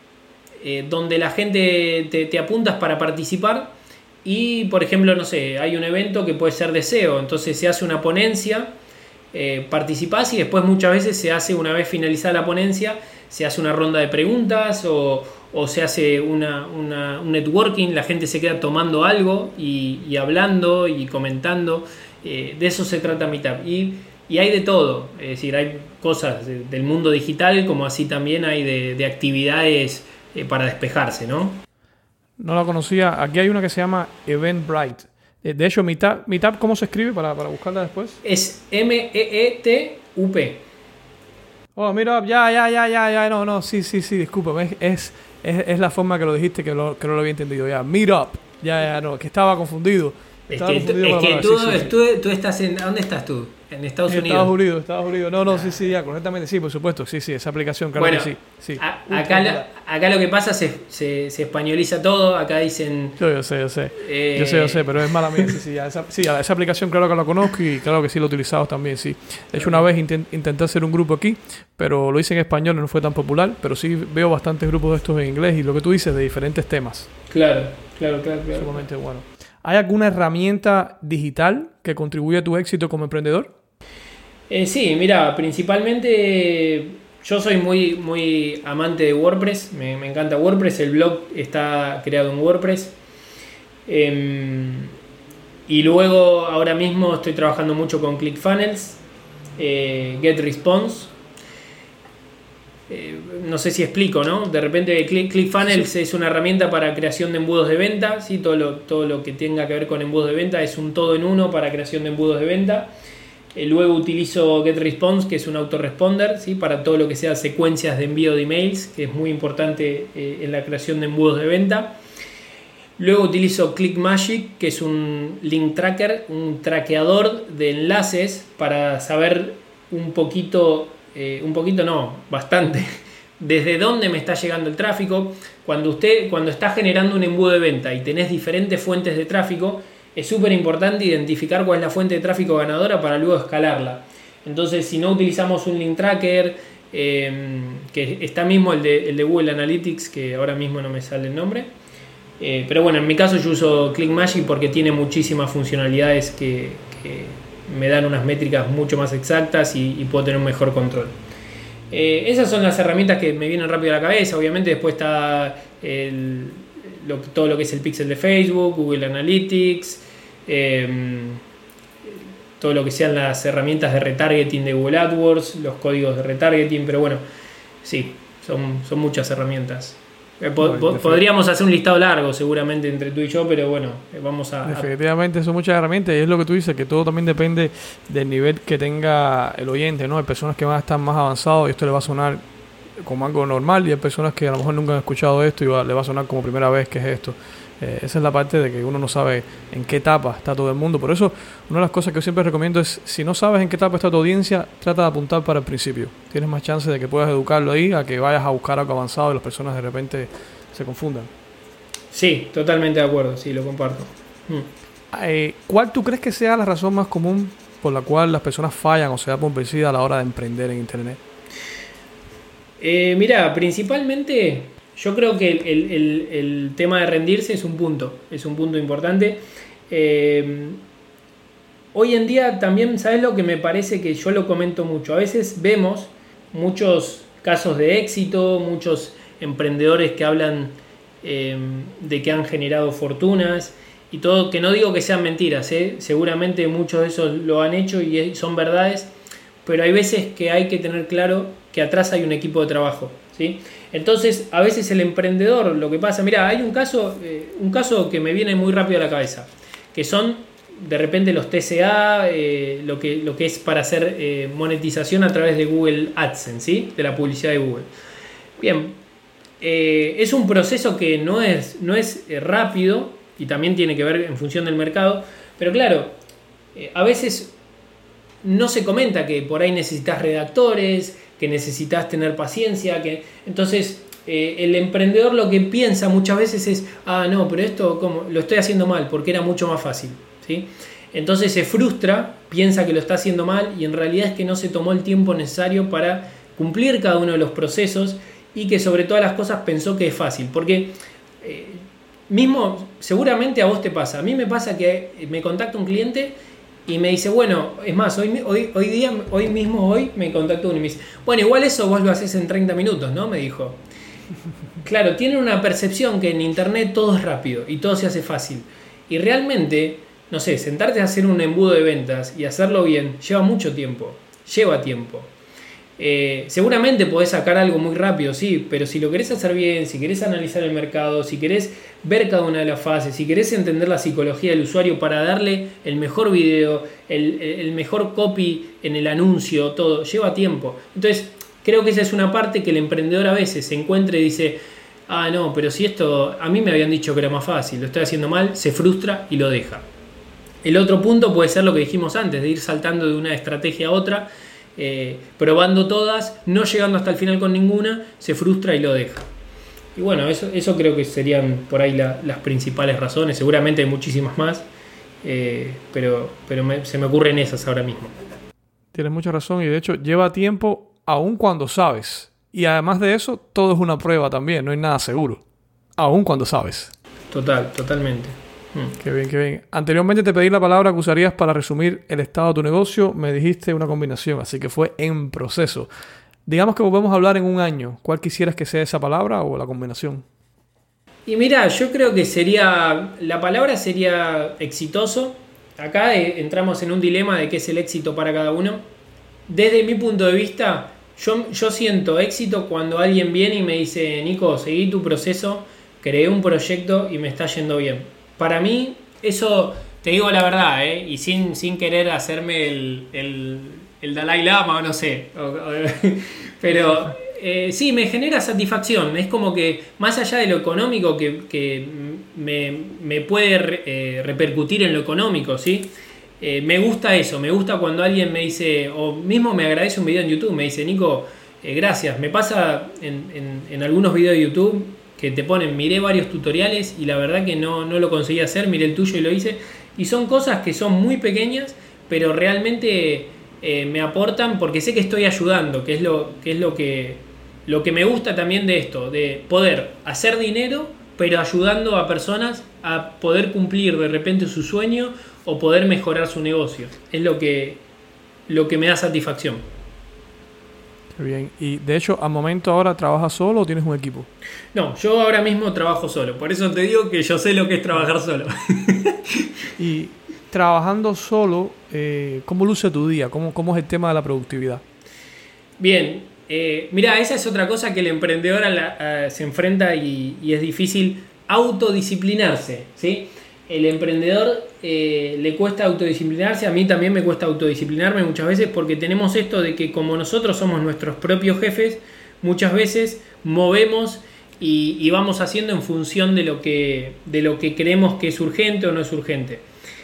donde la gente te apuntas para participar y, por ejemplo, no sé, hay un evento que puede ser de SEO, entonces se hace una ponencia, participás y después muchas veces se hace, una vez finalizada la ponencia, se hace una ronda de preguntas o se hace un networking, la gente se queda tomando algo y hablando y comentando. De eso se trata Meetup. Y hay de todo, es decir, hay cosas del mundo digital, como así también hay de actividades para despejarse, ¿no? No la conocía. Aquí hay una que se llama Eventbrite. De hecho, Meetup, ¿cómo se escribe para buscarla después? Es M-E-E-T-U-P. Oh, Meetup, ya, no, sí, discúlpame, es la forma que lo dijiste que no lo había entendido, ya, Meetup, ya, no, que estaba confundido. Estaba confundido con la palabra, tú estás en... ¿Dónde estás tú? En Estados Unidos. Estados Unidos. No, sí, ya, correctamente, sí, por supuesto. Sí, esa aplicación, claro bueno, que sí. Acá lo que pasa se españoliza todo, acá dicen... Yo sé, pero es mala mía. Esa aplicación claro que la conozco y claro que sí la he utilizado también, sí. De hecho, una vez intenté hacer un grupo aquí, pero lo hice en español y no fue tan popular, pero sí veo bastantes grupos de estos en inglés y lo que tú dices de diferentes temas. Claro. Sumamente bueno. ¿Hay alguna herramienta digital que contribuye a tu éxito como emprendedor? Sí, mira, principalmente yo soy muy amante de WordPress, me encanta WordPress, el blog está creado en WordPress. Y luego ahora mismo estoy trabajando mucho con ClickFunnels, GetResponse. No sé si explico, ¿no? De repente ClickFunnels es una herramienta para creación de embudos de venta, ¿sí? Todo lo que tenga que ver con embudos de venta es un todo en uno para creación de embudos de venta. Luego utilizo GetResponse, que es un autoresponder, ¿sí? Para todo lo que sea secuencias de envío de emails, que es muy importante en la creación de embudos de venta. Luego utilizo ClickMagick, que es un link tracker, un traqueador de enlaces para saber bastante, desde dónde me está llegando el tráfico. Cuando está generando un embudo de venta y tenés diferentes fuentes de tráfico, es súper importante identificar cuál es la fuente de tráfico ganadora para luego escalarla. Entonces, si no utilizamos un link tracker, que está mismo el de Google Analytics, que ahora mismo no me sale el nombre, pero bueno, en mi caso yo uso ClickMagick porque tiene muchísimas funcionalidades que me dan unas métricas mucho más exactas y puedo tener un mejor control. Esas son las herramientas que me vienen rápido a la cabeza. Obviamente después está todo lo que es el pixel de Facebook, Google Analytics, todo lo que sean las herramientas de retargeting de Google AdWords, los códigos de retargeting, pero bueno, sí, son muchas herramientas. Podríamos hacer un listado largo seguramente entre tú y yo, pero bueno, Efectivamente son muchas herramientas y es lo que tú dices, que todo también depende del nivel que tenga el oyente, ¿no? Hay personas que van a estar más avanzados y esto le va a sonar como algo normal y hay personas que a lo mejor nunca han escuchado esto y le va a sonar como primera vez que es esto. Esa es la parte de que uno no sabe en qué etapa está todo el mundo. Por eso, una de las cosas que yo siempre recomiendo es, si no sabes en qué etapa está tu audiencia, trata de apuntar para el principio. Tienes más chance de que puedas educarlo ahí a que vayas a buscar algo avanzado y las personas de repente se confundan. Sí, totalmente de acuerdo, sí, lo comparto. ¿Cuál tú crees que sea la razón más común por la cual las personas fallan o se dan por vencidas a la hora de emprender en Internet? Mira, principalmente yo creo que el tema de rendirse es un punto importante. Hoy en día también, ¿sabes lo que me parece? Que yo lo comento mucho. A veces vemos muchos casos de éxito, muchos emprendedores que hablan de que han generado fortunas y todo, que no digo que sean mentiras, seguramente muchos de esos lo han hecho y son verdades, pero hay veces que hay que tener claro que atrás hay un equipo de trabajo, ¿sí? Entonces, a veces el emprendedor, lo que pasa, mira, hay un caso que me viene muy rápido a la cabeza, que son de repente los TCA, lo que es para hacer monetización a través de Google AdSense, ¿sí? De la publicidad de Google. Bien, es un proceso que no es rápido y también tiene que ver en función del mercado, pero claro, a veces no se comenta que por ahí necesitas redactores, que necesitas tener paciencia, entonces el emprendedor lo que piensa muchas veces es, no, pero esto como lo estoy haciendo mal porque era mucho más fácil, ¿sí? Entonces se frustra, piensa que lo está haciendo mal y en realidad es que no se tomó el tiempo necesario para cumplir cada uno de los procesos y que sobre todas las cosas pensó que es fácil, porque mismo seguramente a vos te pasa, a mí me pasa que me contacta un cliente y me dice, bueno, es más, hoy me contactó uno y me dice, bueno, igual eso vos lo haces en 30 minutos, ¿no? Me dijo. Claro, tienen una percepción que en internet todo es rápido y todo se hace fácil. Y realmente, no sé, sentarte a hacer un embudo de ventas y hacerlo bien lleva mucho tiempo, lleva tiempo. Seguramente podés sacar algo muy rápido, sí, pero si lo querés hacer bien, si querés analizar el mercado, si querés ver cada una de las fases, si querés entender la psicología del usuario para darle el mejor video, el mejor copy en el anuncio, todo, lleva tiempo. Entonces, creo que esa es una parte que el emprendedor a veces se encuentra y dice, no, pero si esto, a mí me habían dicho que era más fácil, lo estoy haciendo mal, se frustra y lo deja. El otro punto puede ser lo que dijimos antes, de ir saltando de una estrategia a otra, probando todas, no llegando hasta el final con ninguna, se frustra y lo deja. Y bueno, eso creo que serían por ahí las principales razones. Seguramente hay muchísimas más, pero se me ocurren esas ahora mismo. Tienes mucha razón, y de hecho lleva tiempo aun cuando sabes. Y además de eso, todo es una prueba también, no hay nada seguro. Aun cuando sabes. Totalmente. Qué bien, qué bien. Anteriormente te pedí la palabra que usarías para resumir el estado de tu negocio. Me dijiste una combinación, así que fue en proceso. Digamos que volvemos a hablar en un año. ¿Cuál quisieras que sea esa palabra o la combinación? Y mira, yo creo que la palabra sería exitoso. Acá entramos en un dilema de qué es el éxito para cada uno. Desde mi punto de vista, yo siento éxito cuando alguien viene y me dice: Nico, seguí tu proceso, creé un proyecto y me está yendo bien. Para mí, eso, te digo la verdad, y sin querer hacerme el Dalai Lama o no sé, pero sí, me genera satisfacción. Es como que más allá de lo económico que me puede repercutir en lo económico, ¿sí? Me gusta eso, me gusta cuando alguien me dice, o mismo me agradece un video en YouTube, me dice: Nico, gracias. Me pasa en algunos videos de YouTube que te ponen: miré varios tutoriales y la verdad que no lo conseguí hacer, miré el tuyo y lo hice. Y son cosas que son muy pequeñas, pero realmente me aportan porque sé que estoy ayudando, que es lo que me gusta también de esto, de poder hacer dinero, pero ayudando a personas a poder cumplir de repente su sueño o poder mejorar su negocio. Es lo que me da satisfacción. Qué bien. Y de hecho, ¿al momento ahora trabajas solo o tienes un equipo? No, yo ahora mismo trabajo solo. Por eso te digo que yo sé lo que es trabajar solo. Y trabajando solo, ¿cómo luce tu día? ¿Cómo es el tema de la productividad? Bien, mira, esa es otra cosa que el emprendedor se enfrenta y es difícil autodisciplinarse, ¿sí? El emprendedor le cuesta autodisciplinarse, a mí también me cuesta autodisciplinarme muchas veces porque tenemos esto de que como nosotros somos nuestros propios jefes, muchas veces movemos y vamos haciendo en función de lo que creemos que es urgente o no es urgente.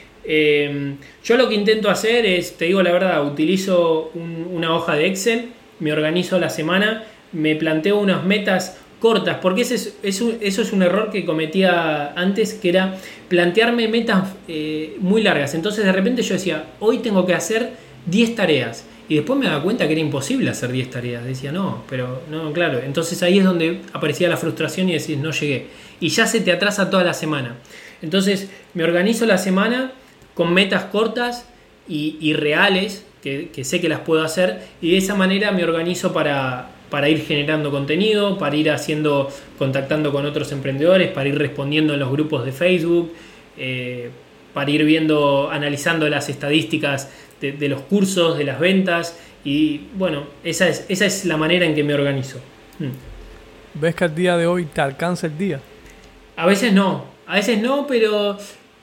Yo lo que intento hacer es, te digo la verdad, utilizo una hoja de Excel, me organizo la semana, me planteo unas metas cortas, porque eso es un error que cometía antes, que era plantearme metas muy largas. Entonces de repente yo decía: hoy tengo que hacer 10 tareas. Y después me daba cuenta que era imposible hacer 10 tareas. Decía: no, claro. Entonces ahí es donde aparecía la frustración y decís: no llegué. Y ya se te atrasa toda la semana. Entonces me organizo la semana con metas cortas y reales, que sé que las puedo hacer. Y de esa manera me organizo para ir generando contenido, para ir contactando con otros emprendedores, para ir respondiendo en los grupos de Facebook, para ir analizando las estadísticas de los cursos, de las ventas. Y bueno, esa es la manera en que me organizo. ¿Ves que al día de hoy te alcanza el día? A veces no, pero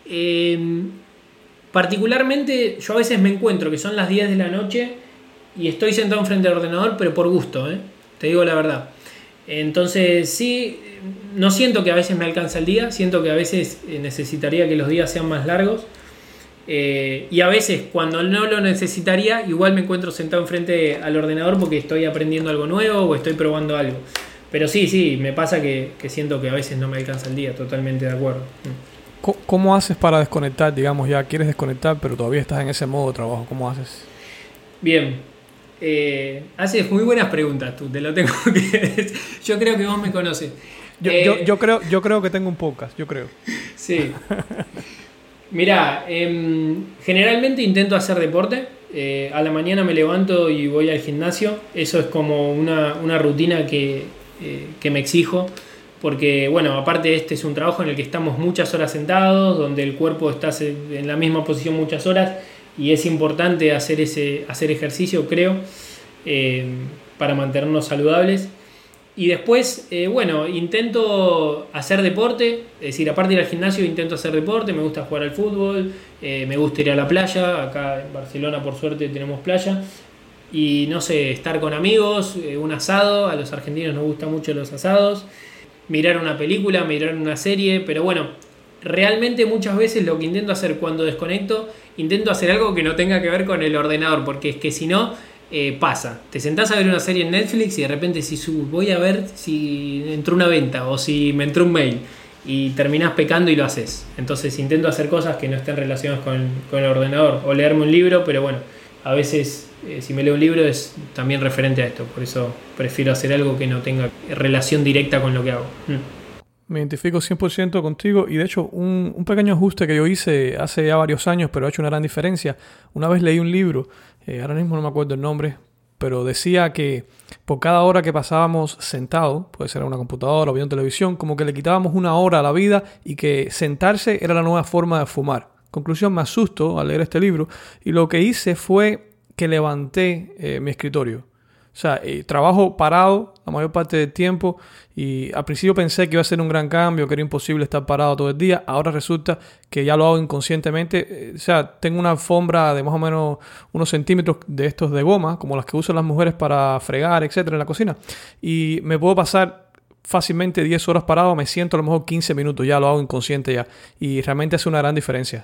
particularmente yo a veces me encuentro que son las 10 de la noche y estoy sentado enfrente del ordenador, pero por gusto, te digo la verdad. Entonces sí, no siento que a veces me alcanza el día, siento que a veces necesitaría que los días sean más largos, y a veces cuando no lo necesitaría igual me encuentro sentado enfrente al ordenador porque estoy aprendiendo algo nuevo o estoy probando algo. Pero sí, me pasa que siento que a veces no me alcanza el día, totalmente de acuerdo. ¿Cómo haces para desconectar? Digamos, ya quieres desconectar, pero todavía estás en ese modo de trabajo. ¿Cómo haces? Bien, haces muy buenas preguntas tú, te lo tengo que decir. Yo creo que vos me conoces. Yo creo que tengo un podcast, yo creo. Sí. Mirá, generalmente intento hacer deporte. A la mañana me levanto y voy al gimnasio. Eso es como una rutina que me exijo. Porque, bueno, aparte este es un trabajo en el que estamos muchas horas sentados, donde el cuerpo está en la misma posición muchas horas y es importante hacer ejercicio, creo, para mantenernos saludables. Y después, intento hacer deporte, es decir, aparte de ir al gimnasio intento hacer deporte, me gusta jugar al fútbol, me gusta ir a la playa, acá en Barcelona por suerte tenemos playa, y no sé, estar con amigos, un asado, a los argentinos nos gustan mucho los asados, mirar una película, mirar una serie, pero bueno, realmente muchas veces lo que intento hacer cuando desconecto, intento hacer algo que no tenga que ver con el ordenador, porque es que si no, pasa. Te sentás a ver una serie en Netflix y de repente voy a ver si entró una venta o si me entró un mail, y terminás pecando y lo haces. Entonces intento hacer cosas que no estén relacionadas con el ordenador, o leerme un libro, pero bueno, a veces si me leo un libro es también referente a esto, por eso prefiero hacer algo que no tenga relación directa con lo que hago. Me identifico 100% contigo, y de hecho un pequeño ajuste que yo hice hace ya varios años, pero ha hecho una gran diferencia. Una vez leí un libro, ahora mismo no me acuerdo el nombre, pero decía que por cada hora que pasábamos sentado, puede ser en una computadora o viendo televisión, como que le quitábamos una hora a la vida, y que sentarse era la nueva forma de fumar. Conclusión, me asusto al leer este libro, y lo que hice fue que levanté mi escritorio. O sea, trabajo parado la mayor parte del tiempo, y al principio pensé que iba a ser un gran cambio, que era imposible estar parado todo el día. Ahora resulta que ya lo hago inconscientemente. O sea, tengo una alfombra de más o menos unos centímetros de estos de goma, como las que usan las mujeres para fregar, etcétera, en la cocina. Y me puedo pasar fácilmente 10 horas parado, me siento a lo mejor 15 minutos, ya lo hago inconsciente ya. Y realmente hace una gran diferencia.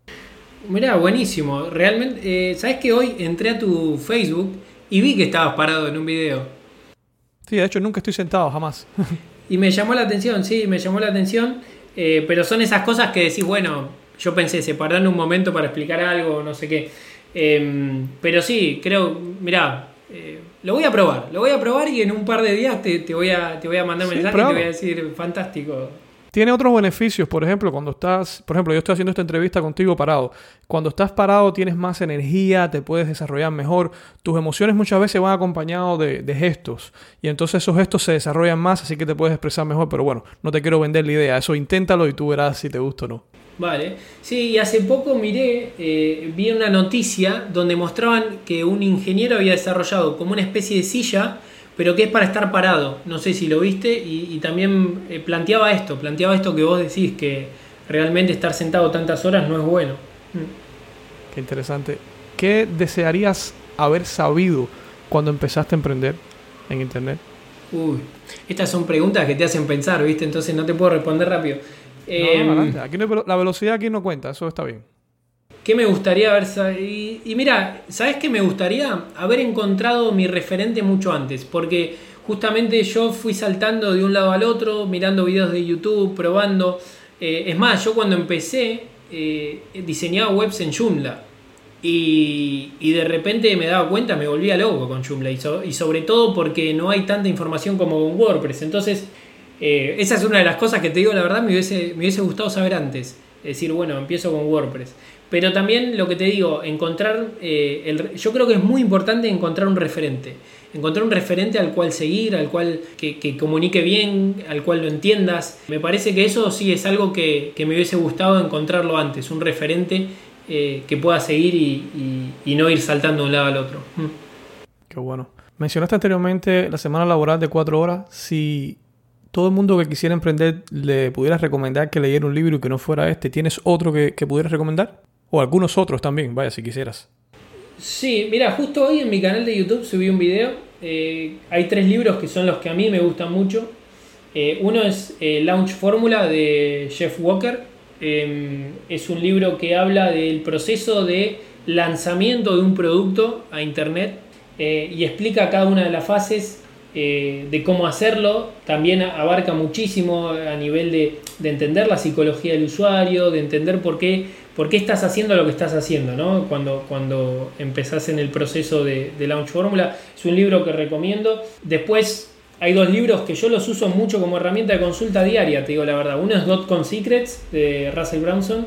Mirá, buenísimo. Realmente, ¿sabes que hoy entré a tu Facebook y vi que estabas parado en un video? Sí, de hecho nunca estoy sentado, jamás. Y me llamó la atención, sí, me llamó la atención. Pero son esas cosas que decís, bueno, yo pensé, se pararon un momento para explicar algo, no sé qué. Pero sí, creo, mirá, lo voy a probar y en un par de días te voy a mandar un mensaje y te voy a decir, fantástico. Tiene otros beneficios, por ejemplo, yo estoy haciendo esta entrevista contigo parado. Cuando estás parado tienes más energía, te puedes desarrollar mejor. Tus emociones muchas veces van acompañados de gestos, y entonces esos gestos se desarrollan más, así que te puedes expresar mejor. Pero bueno, no te quiero vender la idea, eso inténtalo y tú verás si te gusta o no. Vale, sí, y hace poco vi una noticia donde mostraban que un ingeniero había desarrollado como una especie de silla, pero que es para estar parado. No sé si lo viste, y también planteaba esto que vos decís, que realmente estar sentado tantas horas no es bueno. Qué interesante. ¿Qué desearías haber sabido cuando empezaste a emprender en internet? Uy, estas son preguntas que te hacen pensar, ¿viste? Entonces no te puedo responder rápido. Adelante. Aquí la velocidad aquí no cuenta, eso está bien. ¿Qué me gustaría haber sabido? Y mira, ¿sabes qué me gustaría? Haber encontrado mi referente mucho antes, porque justamente yo fui saltando de un lado al otro, mirando videos de YouTube, probando. Es más, yo cuando empecé diseñaba webs en Joomla, y de repente me daba cuenta, me volvía loco con Joomla, y sobre todo porque no hay tanta información como con WordPress. Entonces, esa es una de las cosas que te digo, la verdad, me hubiese gustado saber antes. Es decir, bueno, empiezo con WordPress. Pero también lo que te digo, encontrar, yo creo que es muy importante encontrar un referente. Encontrar un referente al cual seguir, al cual que comunique bien, al cual lo entiendas. Me parece que eso sí es algo que me hubiese gustado encontrarlo antes. Un referente que pueda seguir y no ir saltando de un lado al otro. Qué bueno. Mencionaste anteriormente la semana laboral de 4 horas. Si todo el mundo que quisiera emprender le pudieras recomendar que leyera un libro y que no fuera este, ¿tienes otro que pudieras recomendar? O algunos otros también, vaya, si quisieras. Sí, mira, justo hoy en mi canal de YouTube subí un video. Hay 3 libros que son los que a mí me gustan mucho. Uno es Launch Formula de Jeff Walker. Es un libro que habla del proceso de lanzamiento de un producto a internet, y explica cada una de las fases de cómo hacerlo. También abarca muchísimo a nivel de entender la psicología del usuario, de entender por qué estás haciendo lo que estás haciendo, ¿no? Cuando empezás en el proceso de Launch Formula. Es un libro que recomiendo. Después hay 2 libros que yo los uso mucho como herramienta de consulta diaria, te digo la verdad. Uno es .com Secrets de Russell Brunson,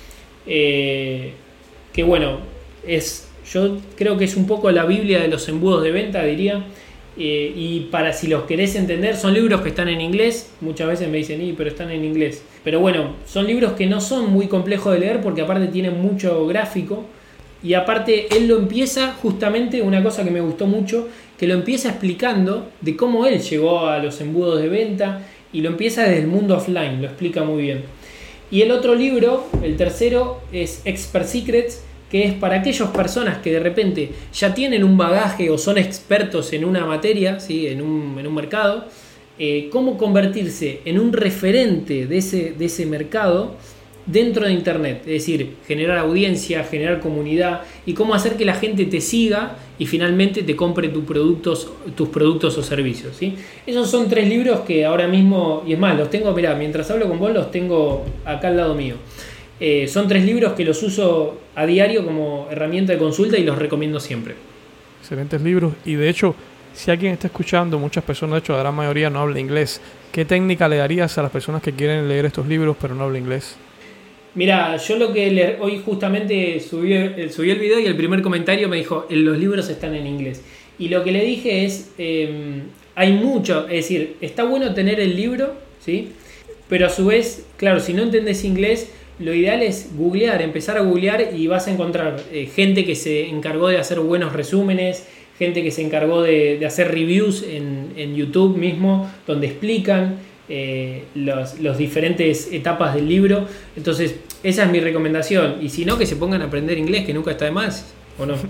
que bueno, yo creo que es un poco la Biblia de los embudos de venta, diría. Y para si los querés entender, son libros que están en inglés. Muchas veces me dicen, pero están en inglés. Pero bueno, son libros que no son muy complejos de leer, porque aparte tienen mucho gráfico. Y aparte él lo empieza, justamente una cosa que me gustó mucho, que lo empieza explicando de cómo él llegó a los embudos de venta, y lo empieza desde el mundo offline, lo explica muy bien. Y el otro libro, el tercero, es Expert Secrets, que es para aquellas personas que de repente ya tienen un bagaje o son expertos en una materia, ¿sí? en un mercado, cómo convertirse en un referente de ese mercado dentro de Internet, es decir, generar audiencia, generar comunidad y cómo hacer que la gente te siga y finalmente te compre tus productos o servicios, ¿sí? Esos son 3 libros que ahora mismo, y es más, los tengo, mirá, mientras hablo con vos los tengo acá al lado mío. Son 3 libros que los uso a diario como herramienta de consulta y los recomiendo siempre. Excelentes libros, y de hecho, si alguien está escuchando, muchas personas, de hecho la gran mayoría no habla inglés, ¿qué técnica le darías a las personas que quieren leer estos libros pero no hablan inglés? Mira, yo hoy justamente subí el video y el primer comentario me dijo, los libros están en inglés. Y lo que le dije es, hay mucho, es decir, está bueno tener el libro, ¿sí? Pero a su vez, claro, si no entendés inglés, lo ideal es empezar a googlear y vas a encontrar gente que se encargó de hacer buenos resúmenes, gente que se encargó de hacer reviews en YouTube mismo, donde explican las diferentes etapas del libro. Entonces esa es mi recomendación, y si no, que se pongan a aprender inglés, que nunca está de más, ¿o no?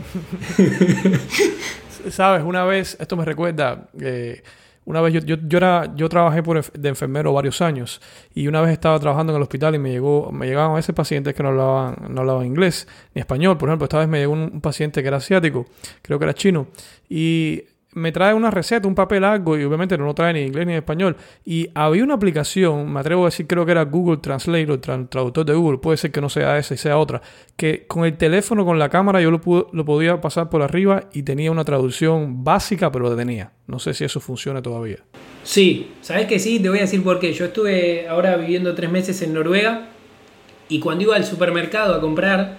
Sabes, una vez, esto me recuerda, una vez yo trabajé de enfermero varios años, y una vez estaba trabajando en el hospital y me llegaban a veces pacientes que no hablaban inglés ni español. Por ejemplo, esta vez me llegó un paciente que era asiático, creo que era chino, y me trae una receta, un papel, algo, y obviamente no trae ni inglés ni español. Y había una aplicación, me atrevo a decir, creo que era Google Translate o traductor de Google, puede ser que no sea esa y sea otra, que con el teléfono, con la cámara, yo lo podía pasar por arriba y tenía una traducción básica, pero lo tenía. No sé si eso funciona todavía. Sí, ¿sabes que sí? Te voy a decir por qué. Yo estuve ahora viviendo 3 meses en Noruega, y cuando iba al supermercado a comprar,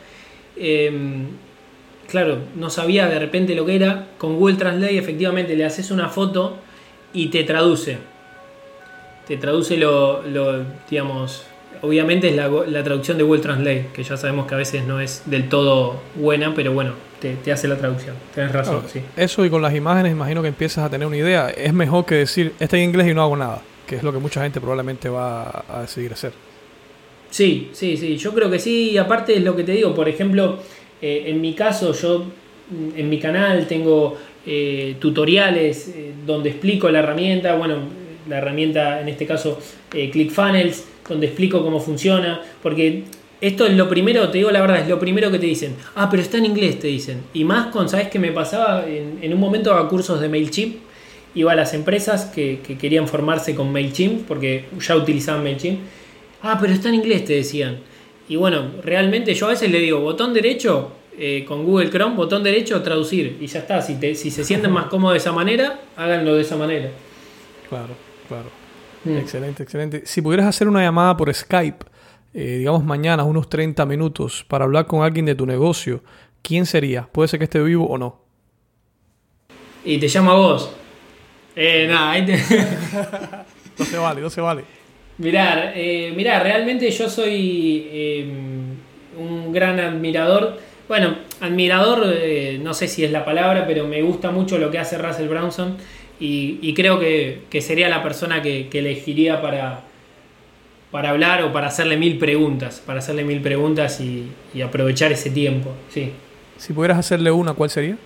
claro, no sabía de repente lo que era. Con Google Translate efectivamente le haces una foto y te traduce. Te traduce digamos, obviamente es la traducción de Google Translate, que ya sabemos que a veces no es del todo buena, pero bueno, te hace la traducción. Tienes razón, claro, sí. Eso, y con las imágenes imagino que empiezas a tener una idea. Es mejor que decir, está en inglés y no hago nada, que es lo que mucha gente probablemente va a decidir hacer. Sí, yo creo que sí. Y aparte es lo que te digo, por ejemplo, en mi caso, yo en mi canal tengo tutoriales donde explico la herramienta, la herramienta en este caso ClickFunnels, donde explico cómo funciona, porque esto es lo primero, te digo la verdad, es lo primero que te dicen. Pero está en inglés, te dicen. Y más ¿sabes qué me pasaba? En un momento daba cursos de MailChimp, iba a las empresas que querían formarse con MailChimp, porque ya utilizaban MailChimp. Pero está en inglés, te decían. Y bueno, realmente yo a veces le digo, botón derecho, con Google Chrome, botón derecho, traducir. Y ya está, si se sienten más cómodos de esa manera, háganlo de esa manera. Claro. Excelente. Si pudieras hacer una llamada por Skype, digamos mañana, unos 30 minutos, para hablar con alguien de tu negocio, ¿quién sería? Puede ser que esté vivo o no. Y te llamo a vos. Ahí te... No se vale. Mirá, realmente yo soy un gran admirador. Bueno, admirador, no sé si es la palabra, pero me gusta mucho lo que hace Russell Brunson, y creo que sería la persona que elegiría para hablar o para hacerle 1000 preguntas. Para hacerle 1000 preguntas y aprovechar ese tiempo, sí. Si pudieras hacerle una, ¿cuál sería?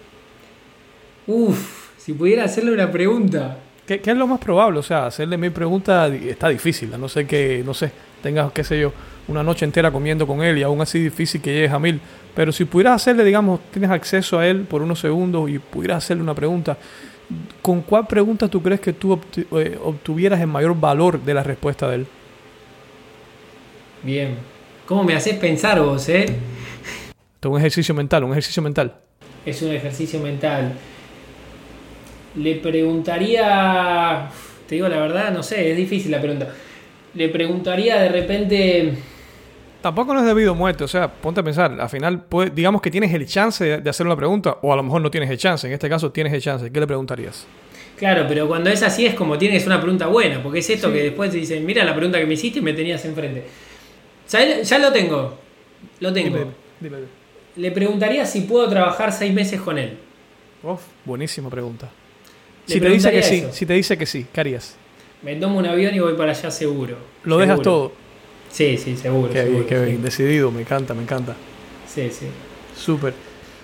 Si pudiera hacerle una pregunta... ¿Qué es lo más probable? O sea, hacerle 1000 preguntas está difícil, a no ser que, tengas, qué sé yo, una noche entera comiendo con él y aún así difícil que llegues a 1000. Pero si pudieras hacerle, digamos, tienes acceso a él por unos segundos y pudieras hacerle una pregunta, ¿con cuál pregunta tú crees que tú obtuvieras el mayor valor de la respuesta de él? Bien. ¿Cómo me haces pensar vos, Esto es un ejercicio mental. Es un ejercicio mental. Le preguntaría, te digo la verdad, no sé, es difícil la pregunta. Le preguntaría de repente... Tampoco no es debido a muerte, o sea, ponte a pensar, al final, digamos que tienes el chance de hacer una pregunta, o a lo mejor no tienes el chance, en este caso tienes el chance, ¿qué le preguntarías? Claro, pero cuando es así es como tienes una pregunta buena, porque es esto, sí, que después te dicen, mira la pregunta que me hiciste y me tenías enfrente. Ya lo tengo. Dime. Le preguntaría si puedo trabajar 6 meses con él. Buenísima pregunta. Si te dice que sí, ¿qué harías? Me tomo un avión y voy para allá seguro. ¿Lo dejas todo? Sí, seguro. Qué bien, decidido, me encanta. Sí. Súper.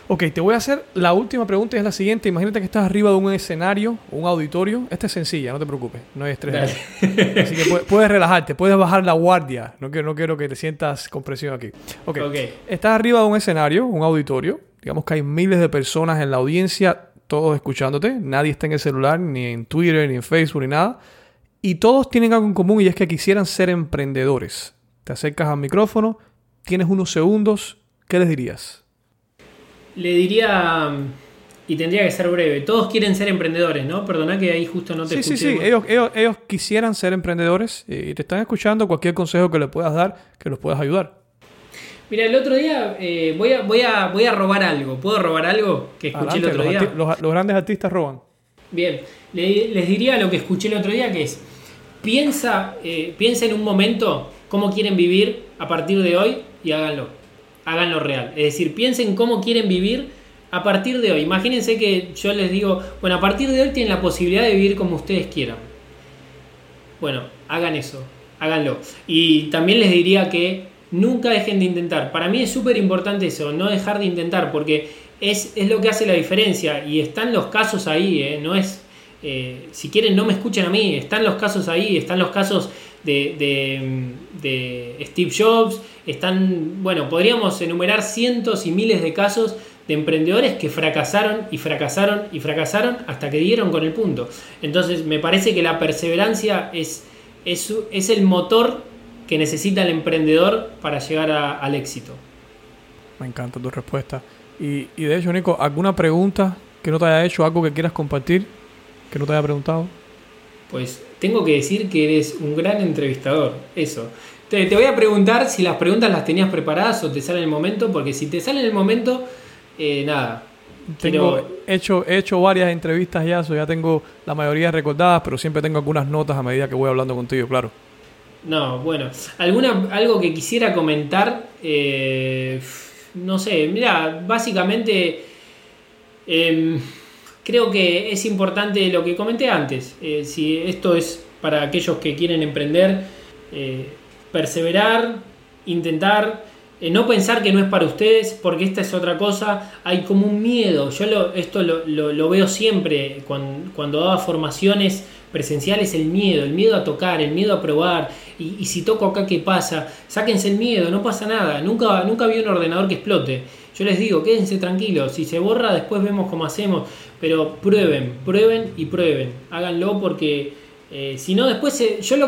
Ok, te voy a hacer la última pregunta y es la siguiente. Imagínate que estás arriba de un escenario, un auditorio. Esta es sencilla, no te preocupes, no hay estrés. Así que puedes relajarte, puedes bajar la guardia. No quiero que te sientas con presión aquí. Ok, estás arriba de un escenario, un auditorio. Digamos que hay miles de personas en la audiencia, todos escuchándote. Nadie está en el celular, ni en Twitter, ni en Facebook, ni nada. Y todos tienen algo en común y es que quisieran ser emprendedores. Te acercas al micrófono, tienes unos segundos. ¿Qué les dirías? Le diría, y tendría que ser breve, todos quieren ser emprendedores, ¿no? Perdona que ahí justo no te escuché. Sí, ellos quisieran ser emprendedores y te están escuchando. Cualquier consejo que le puedas dar, que los puedas ayudar. Mira, el otro día voy a robar algo. ¿Puedo robar algo que escuché el otro día? Los grandes artistas roban. Bien, les diría lo que escuché el otro día, que es, piensa en un momento cómo quieren vivir a partir de hoy y háganlo real. Es decir, piensen cómo quieren vivir a partir de hoy. Imagínense que yo les digo, bueno, a partir de hoy tienen la posibilidad de vivir como ustedes quieran. Bueno, hagan eso, háganlo. Y también les diría que nunca dejen de intentar. Para mí es súper importante eso, no dejar de intentar, porque es lo que hace la diferencia. Y están los casos ahí, no es... si quieren no me escuchen a mí, están los casos ahí, están los casos de Steve Jobs, podríamos enumerar cientos y miles de casos de emprendedores que fracasaron hasta que dieron con el punto. Entonces me parece que la perseverancia es el motor que necesita el emprendedor para llegar al éxito. Me encanta tu respuesta. Y de hecho, Nico, ¿alguna pregunta que no te haya hecho, algo que quieras compartir, que no te haya preguntado? Pues tengo que decir que eres un gran entrevistador, eso. Te voy a preguntar si las preguntas las tenías preparadas o te salen en el momento, porque si te salen en el momento, nada. He hecho varias entrevistas ya tengo la mayoría recordadas, pero siempre tengo algunas notas a medida que voy hablando contigo, claro. No, bueno, algo que quisiera comentar, no sé, mira, básicamente creo que es importante lo que comenté antes. Si esto es para aquellos que quieren emprender, perseverar, intentar, no pensar que no es para ustedes, porque esta es otra cosa. Hay como un miedo. Yo esto lo veo siempre cuando daba formaciones presenciales, el miedo a tocar, el miedo a probar. Y si toco acá, ¿qué pasa? Sáquense el miedo, no pasa nada. Nunca vi un ordenador que explote. Yo les digo, quédense tranquilos. Si se borra, después vemos cómo hacemos. Pero prueben. Háganlo porque si no, después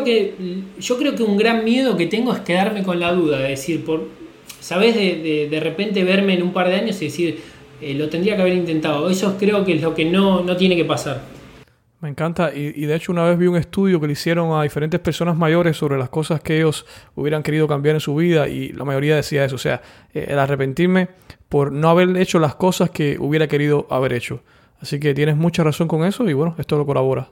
yo creo que un gran miedo que tengo es quedarme con la duda. Es decir, ¿sabés? De repente verme en un par de años y decir, lo tendría que haber intentado. Eso creo que es lo que no tiene que pasar. Me encanta y de hecho una vez vi un estudio que le hicieron a diferentes personas mayores sobre las cosas que ellos hubieran querido cambiar en su vida y la mayoría decía eso, o sea, el arrepentirme por no haber hecho las cosas que hubiera querido haber hecho. Así que tienes mucha razón con eso y bueno, esto lo corrobora.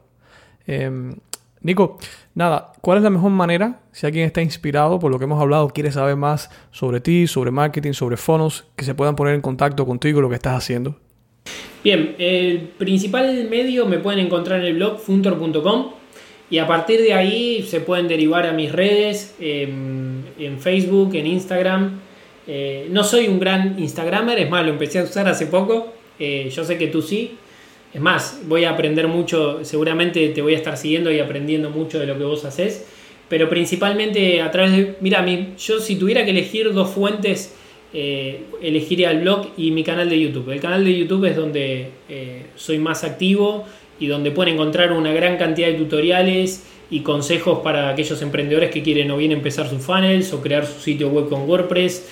Nico, nada, ¿cuál es la mejor manera, si alguien está inspirado por lo que hemos hablado, quiere saber más sobre ti, sobre marketing, sobre funnels, que se puedan poner en contacto contigo y lo que estás haciendo? Bien, el principal medio me pueden encontrar en el blog funtor.com y a partir de ahí se pueden derivar a mis redes, en Facebook, en Instagram. No soy un gran Instagramer, es más, lo empecé a usar hace poco, yo sé que tú sí. Es más, voy a aprender mucho, seguramente te voy a estar siguiendo y aprendiendo mucho de lo que vos haces, pero principalmente a través de... Mira, yo si tuviera que elegir dos fuentes, elegiría el blog y mi canal de YouTube. El canal de YouTube es donde soy más activo y donde pueden encontrar una gran cantidad de tutoriales y consejos para aquellos emprendedores que quieren o bien empezar sus funnels o crear su sitio web con WordPress.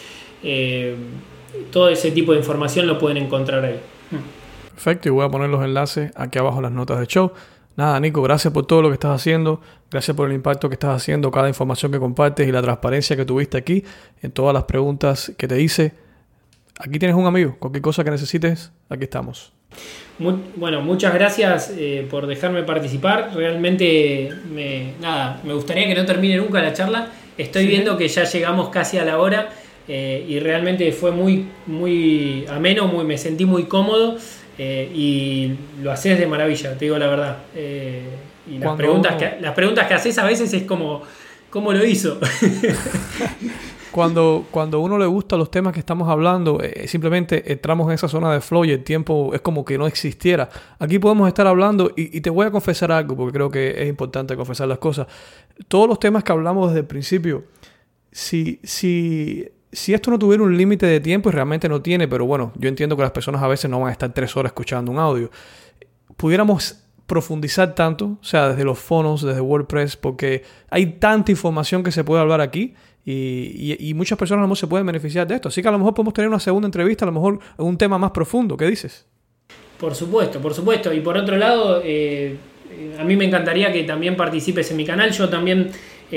Todo ese tipo de información lo pueden encontrar ahí. Perfecto, y voy a poner los enlaces aquí abajo en las notas del show. Nada, Nico, gracias por todo lo que estás haciendo, gracias por el impacto que estás haciendo, cada información que compartes y la transparencia que tuviste aquí en todas las preguntas que te hice. Aquí tienes un amigo, cualquier cosa que necesites, aquí estamos. Bueno, muchas gracias por dejarme participar. Realmente me gustaría que no termine nunca la charla. Estoy viendo que ya llegamos casi a la hora y realmente fue muy, muy ameno, me sentí muy cómodo. Y lo haces de maravilla, te digo la verdad. Y las preguntas que haces a veces es como ¿cómo lo hizo? Cuando uno le gusta los temas que estamos hablando, simplemente entramos en esa zona de flow y el tiempo es como que no existiera. Aquí podemos estar hablando y te voy a confesar algo, porque creo que es importante confesar las cosas. Todos los temas que hablamos desde el principio, si esto no tuviera un límite de tiempo, y realmente no tiene, pero bueno, yo entiendo que las personas a veces no van a estar 3 horas escuchando un audio, pudiéramos profundizar tanto, o sea, desde los fonos, desde WordPress, porque hay tanta información que se puede hablar aquí y muchas personas a lo mejor se pueden beneficiar de esto. Así que a lo mejor podemos tener una segunda entrevista, a lo mejor en un tema más profundo. ¿Qué dices? Por supuesto. Y por otro lado, a mí me encantaría que también participes en mi canal. Yo también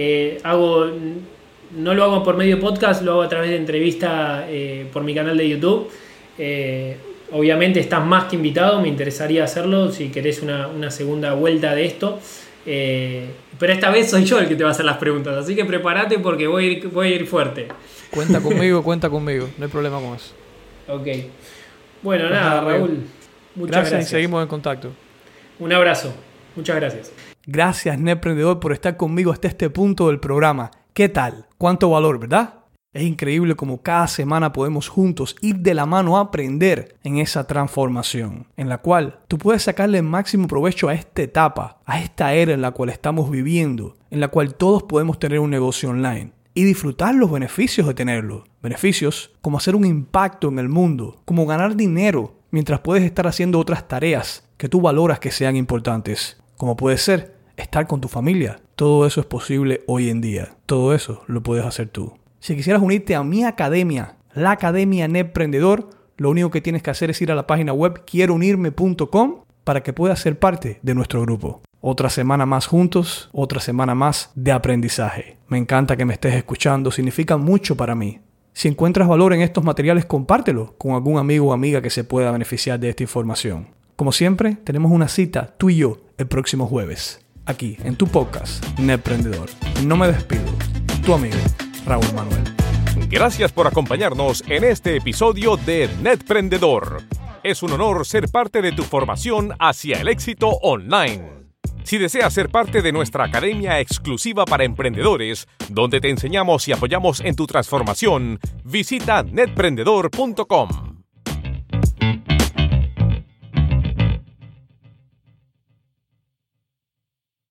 no lo hago por medio de podcast, lo hago a través de entrevista por mi canal de YouTube. Obviamente estás más que invitado, me interesaría hacerlo si querés una segunda vuelta de esto. Pero esta vez soy yo el que te va a hacer las preguntas, así que prepárate porque voy a ir fuerte. Cuenta conmigo, no hay problema con eso. Ok. Bueno, nada, Raúl. Muchas gracias. Y seguimos en contacto. Un abrazo. Muchas gracias. Gracias, Netprendedor, por estar conmigo hasta este punto del programa. ¿Qué tal? ¿Cuánto valor, verdad? Es increíble cómo cada semana podemos juntos ir de la mano a aprender en esa transformación, en la cual tú puedes sacarle el máximo provecho a esta etapa, a esta era en la cual estamos viviendo, en la cual todos podemos tener un negocio online y disfrutar los beneficios de tenerlo. Beneficios como hacer un impacto en el mundo, como ganar dinero mientras puedes estar haciendo otras tareas que tú valoras que sean importantes, como puede ser estar con tu familia. Todo eso es posible hoy en día. Todo eso lo puedes hacer tú. Si quisieras unirte a mi academia, la Academia Netprendedor, lo único que tienes que hacer es ir a la página web quierounirme.com para que puedas ser parte de nuestro grupo. Otra semana más juntos, otra semana más de aprendizaje. Me encanta que me estés escuchando, significa mucho para mí. Si encuentras valor en estos materiales, compártelo con algún amigo o amiga que se pueda beneficiar de esta información. Como siempre, tenemos una cita, tú y yo, el próximo jueves, aquí en tu podcast, Netprendedor. No me despido, tu amigo Raúl Manuel. Gracias por acompañarnos en este episodio de Netprendedor. Es un honor ser parte de tu formación hacia el éxito online. Si deseas ser parte de nuestra academia exclusiva para emprendedores, donde te enseñamos y apoyamos en tu transformación, visita netprendedor.com.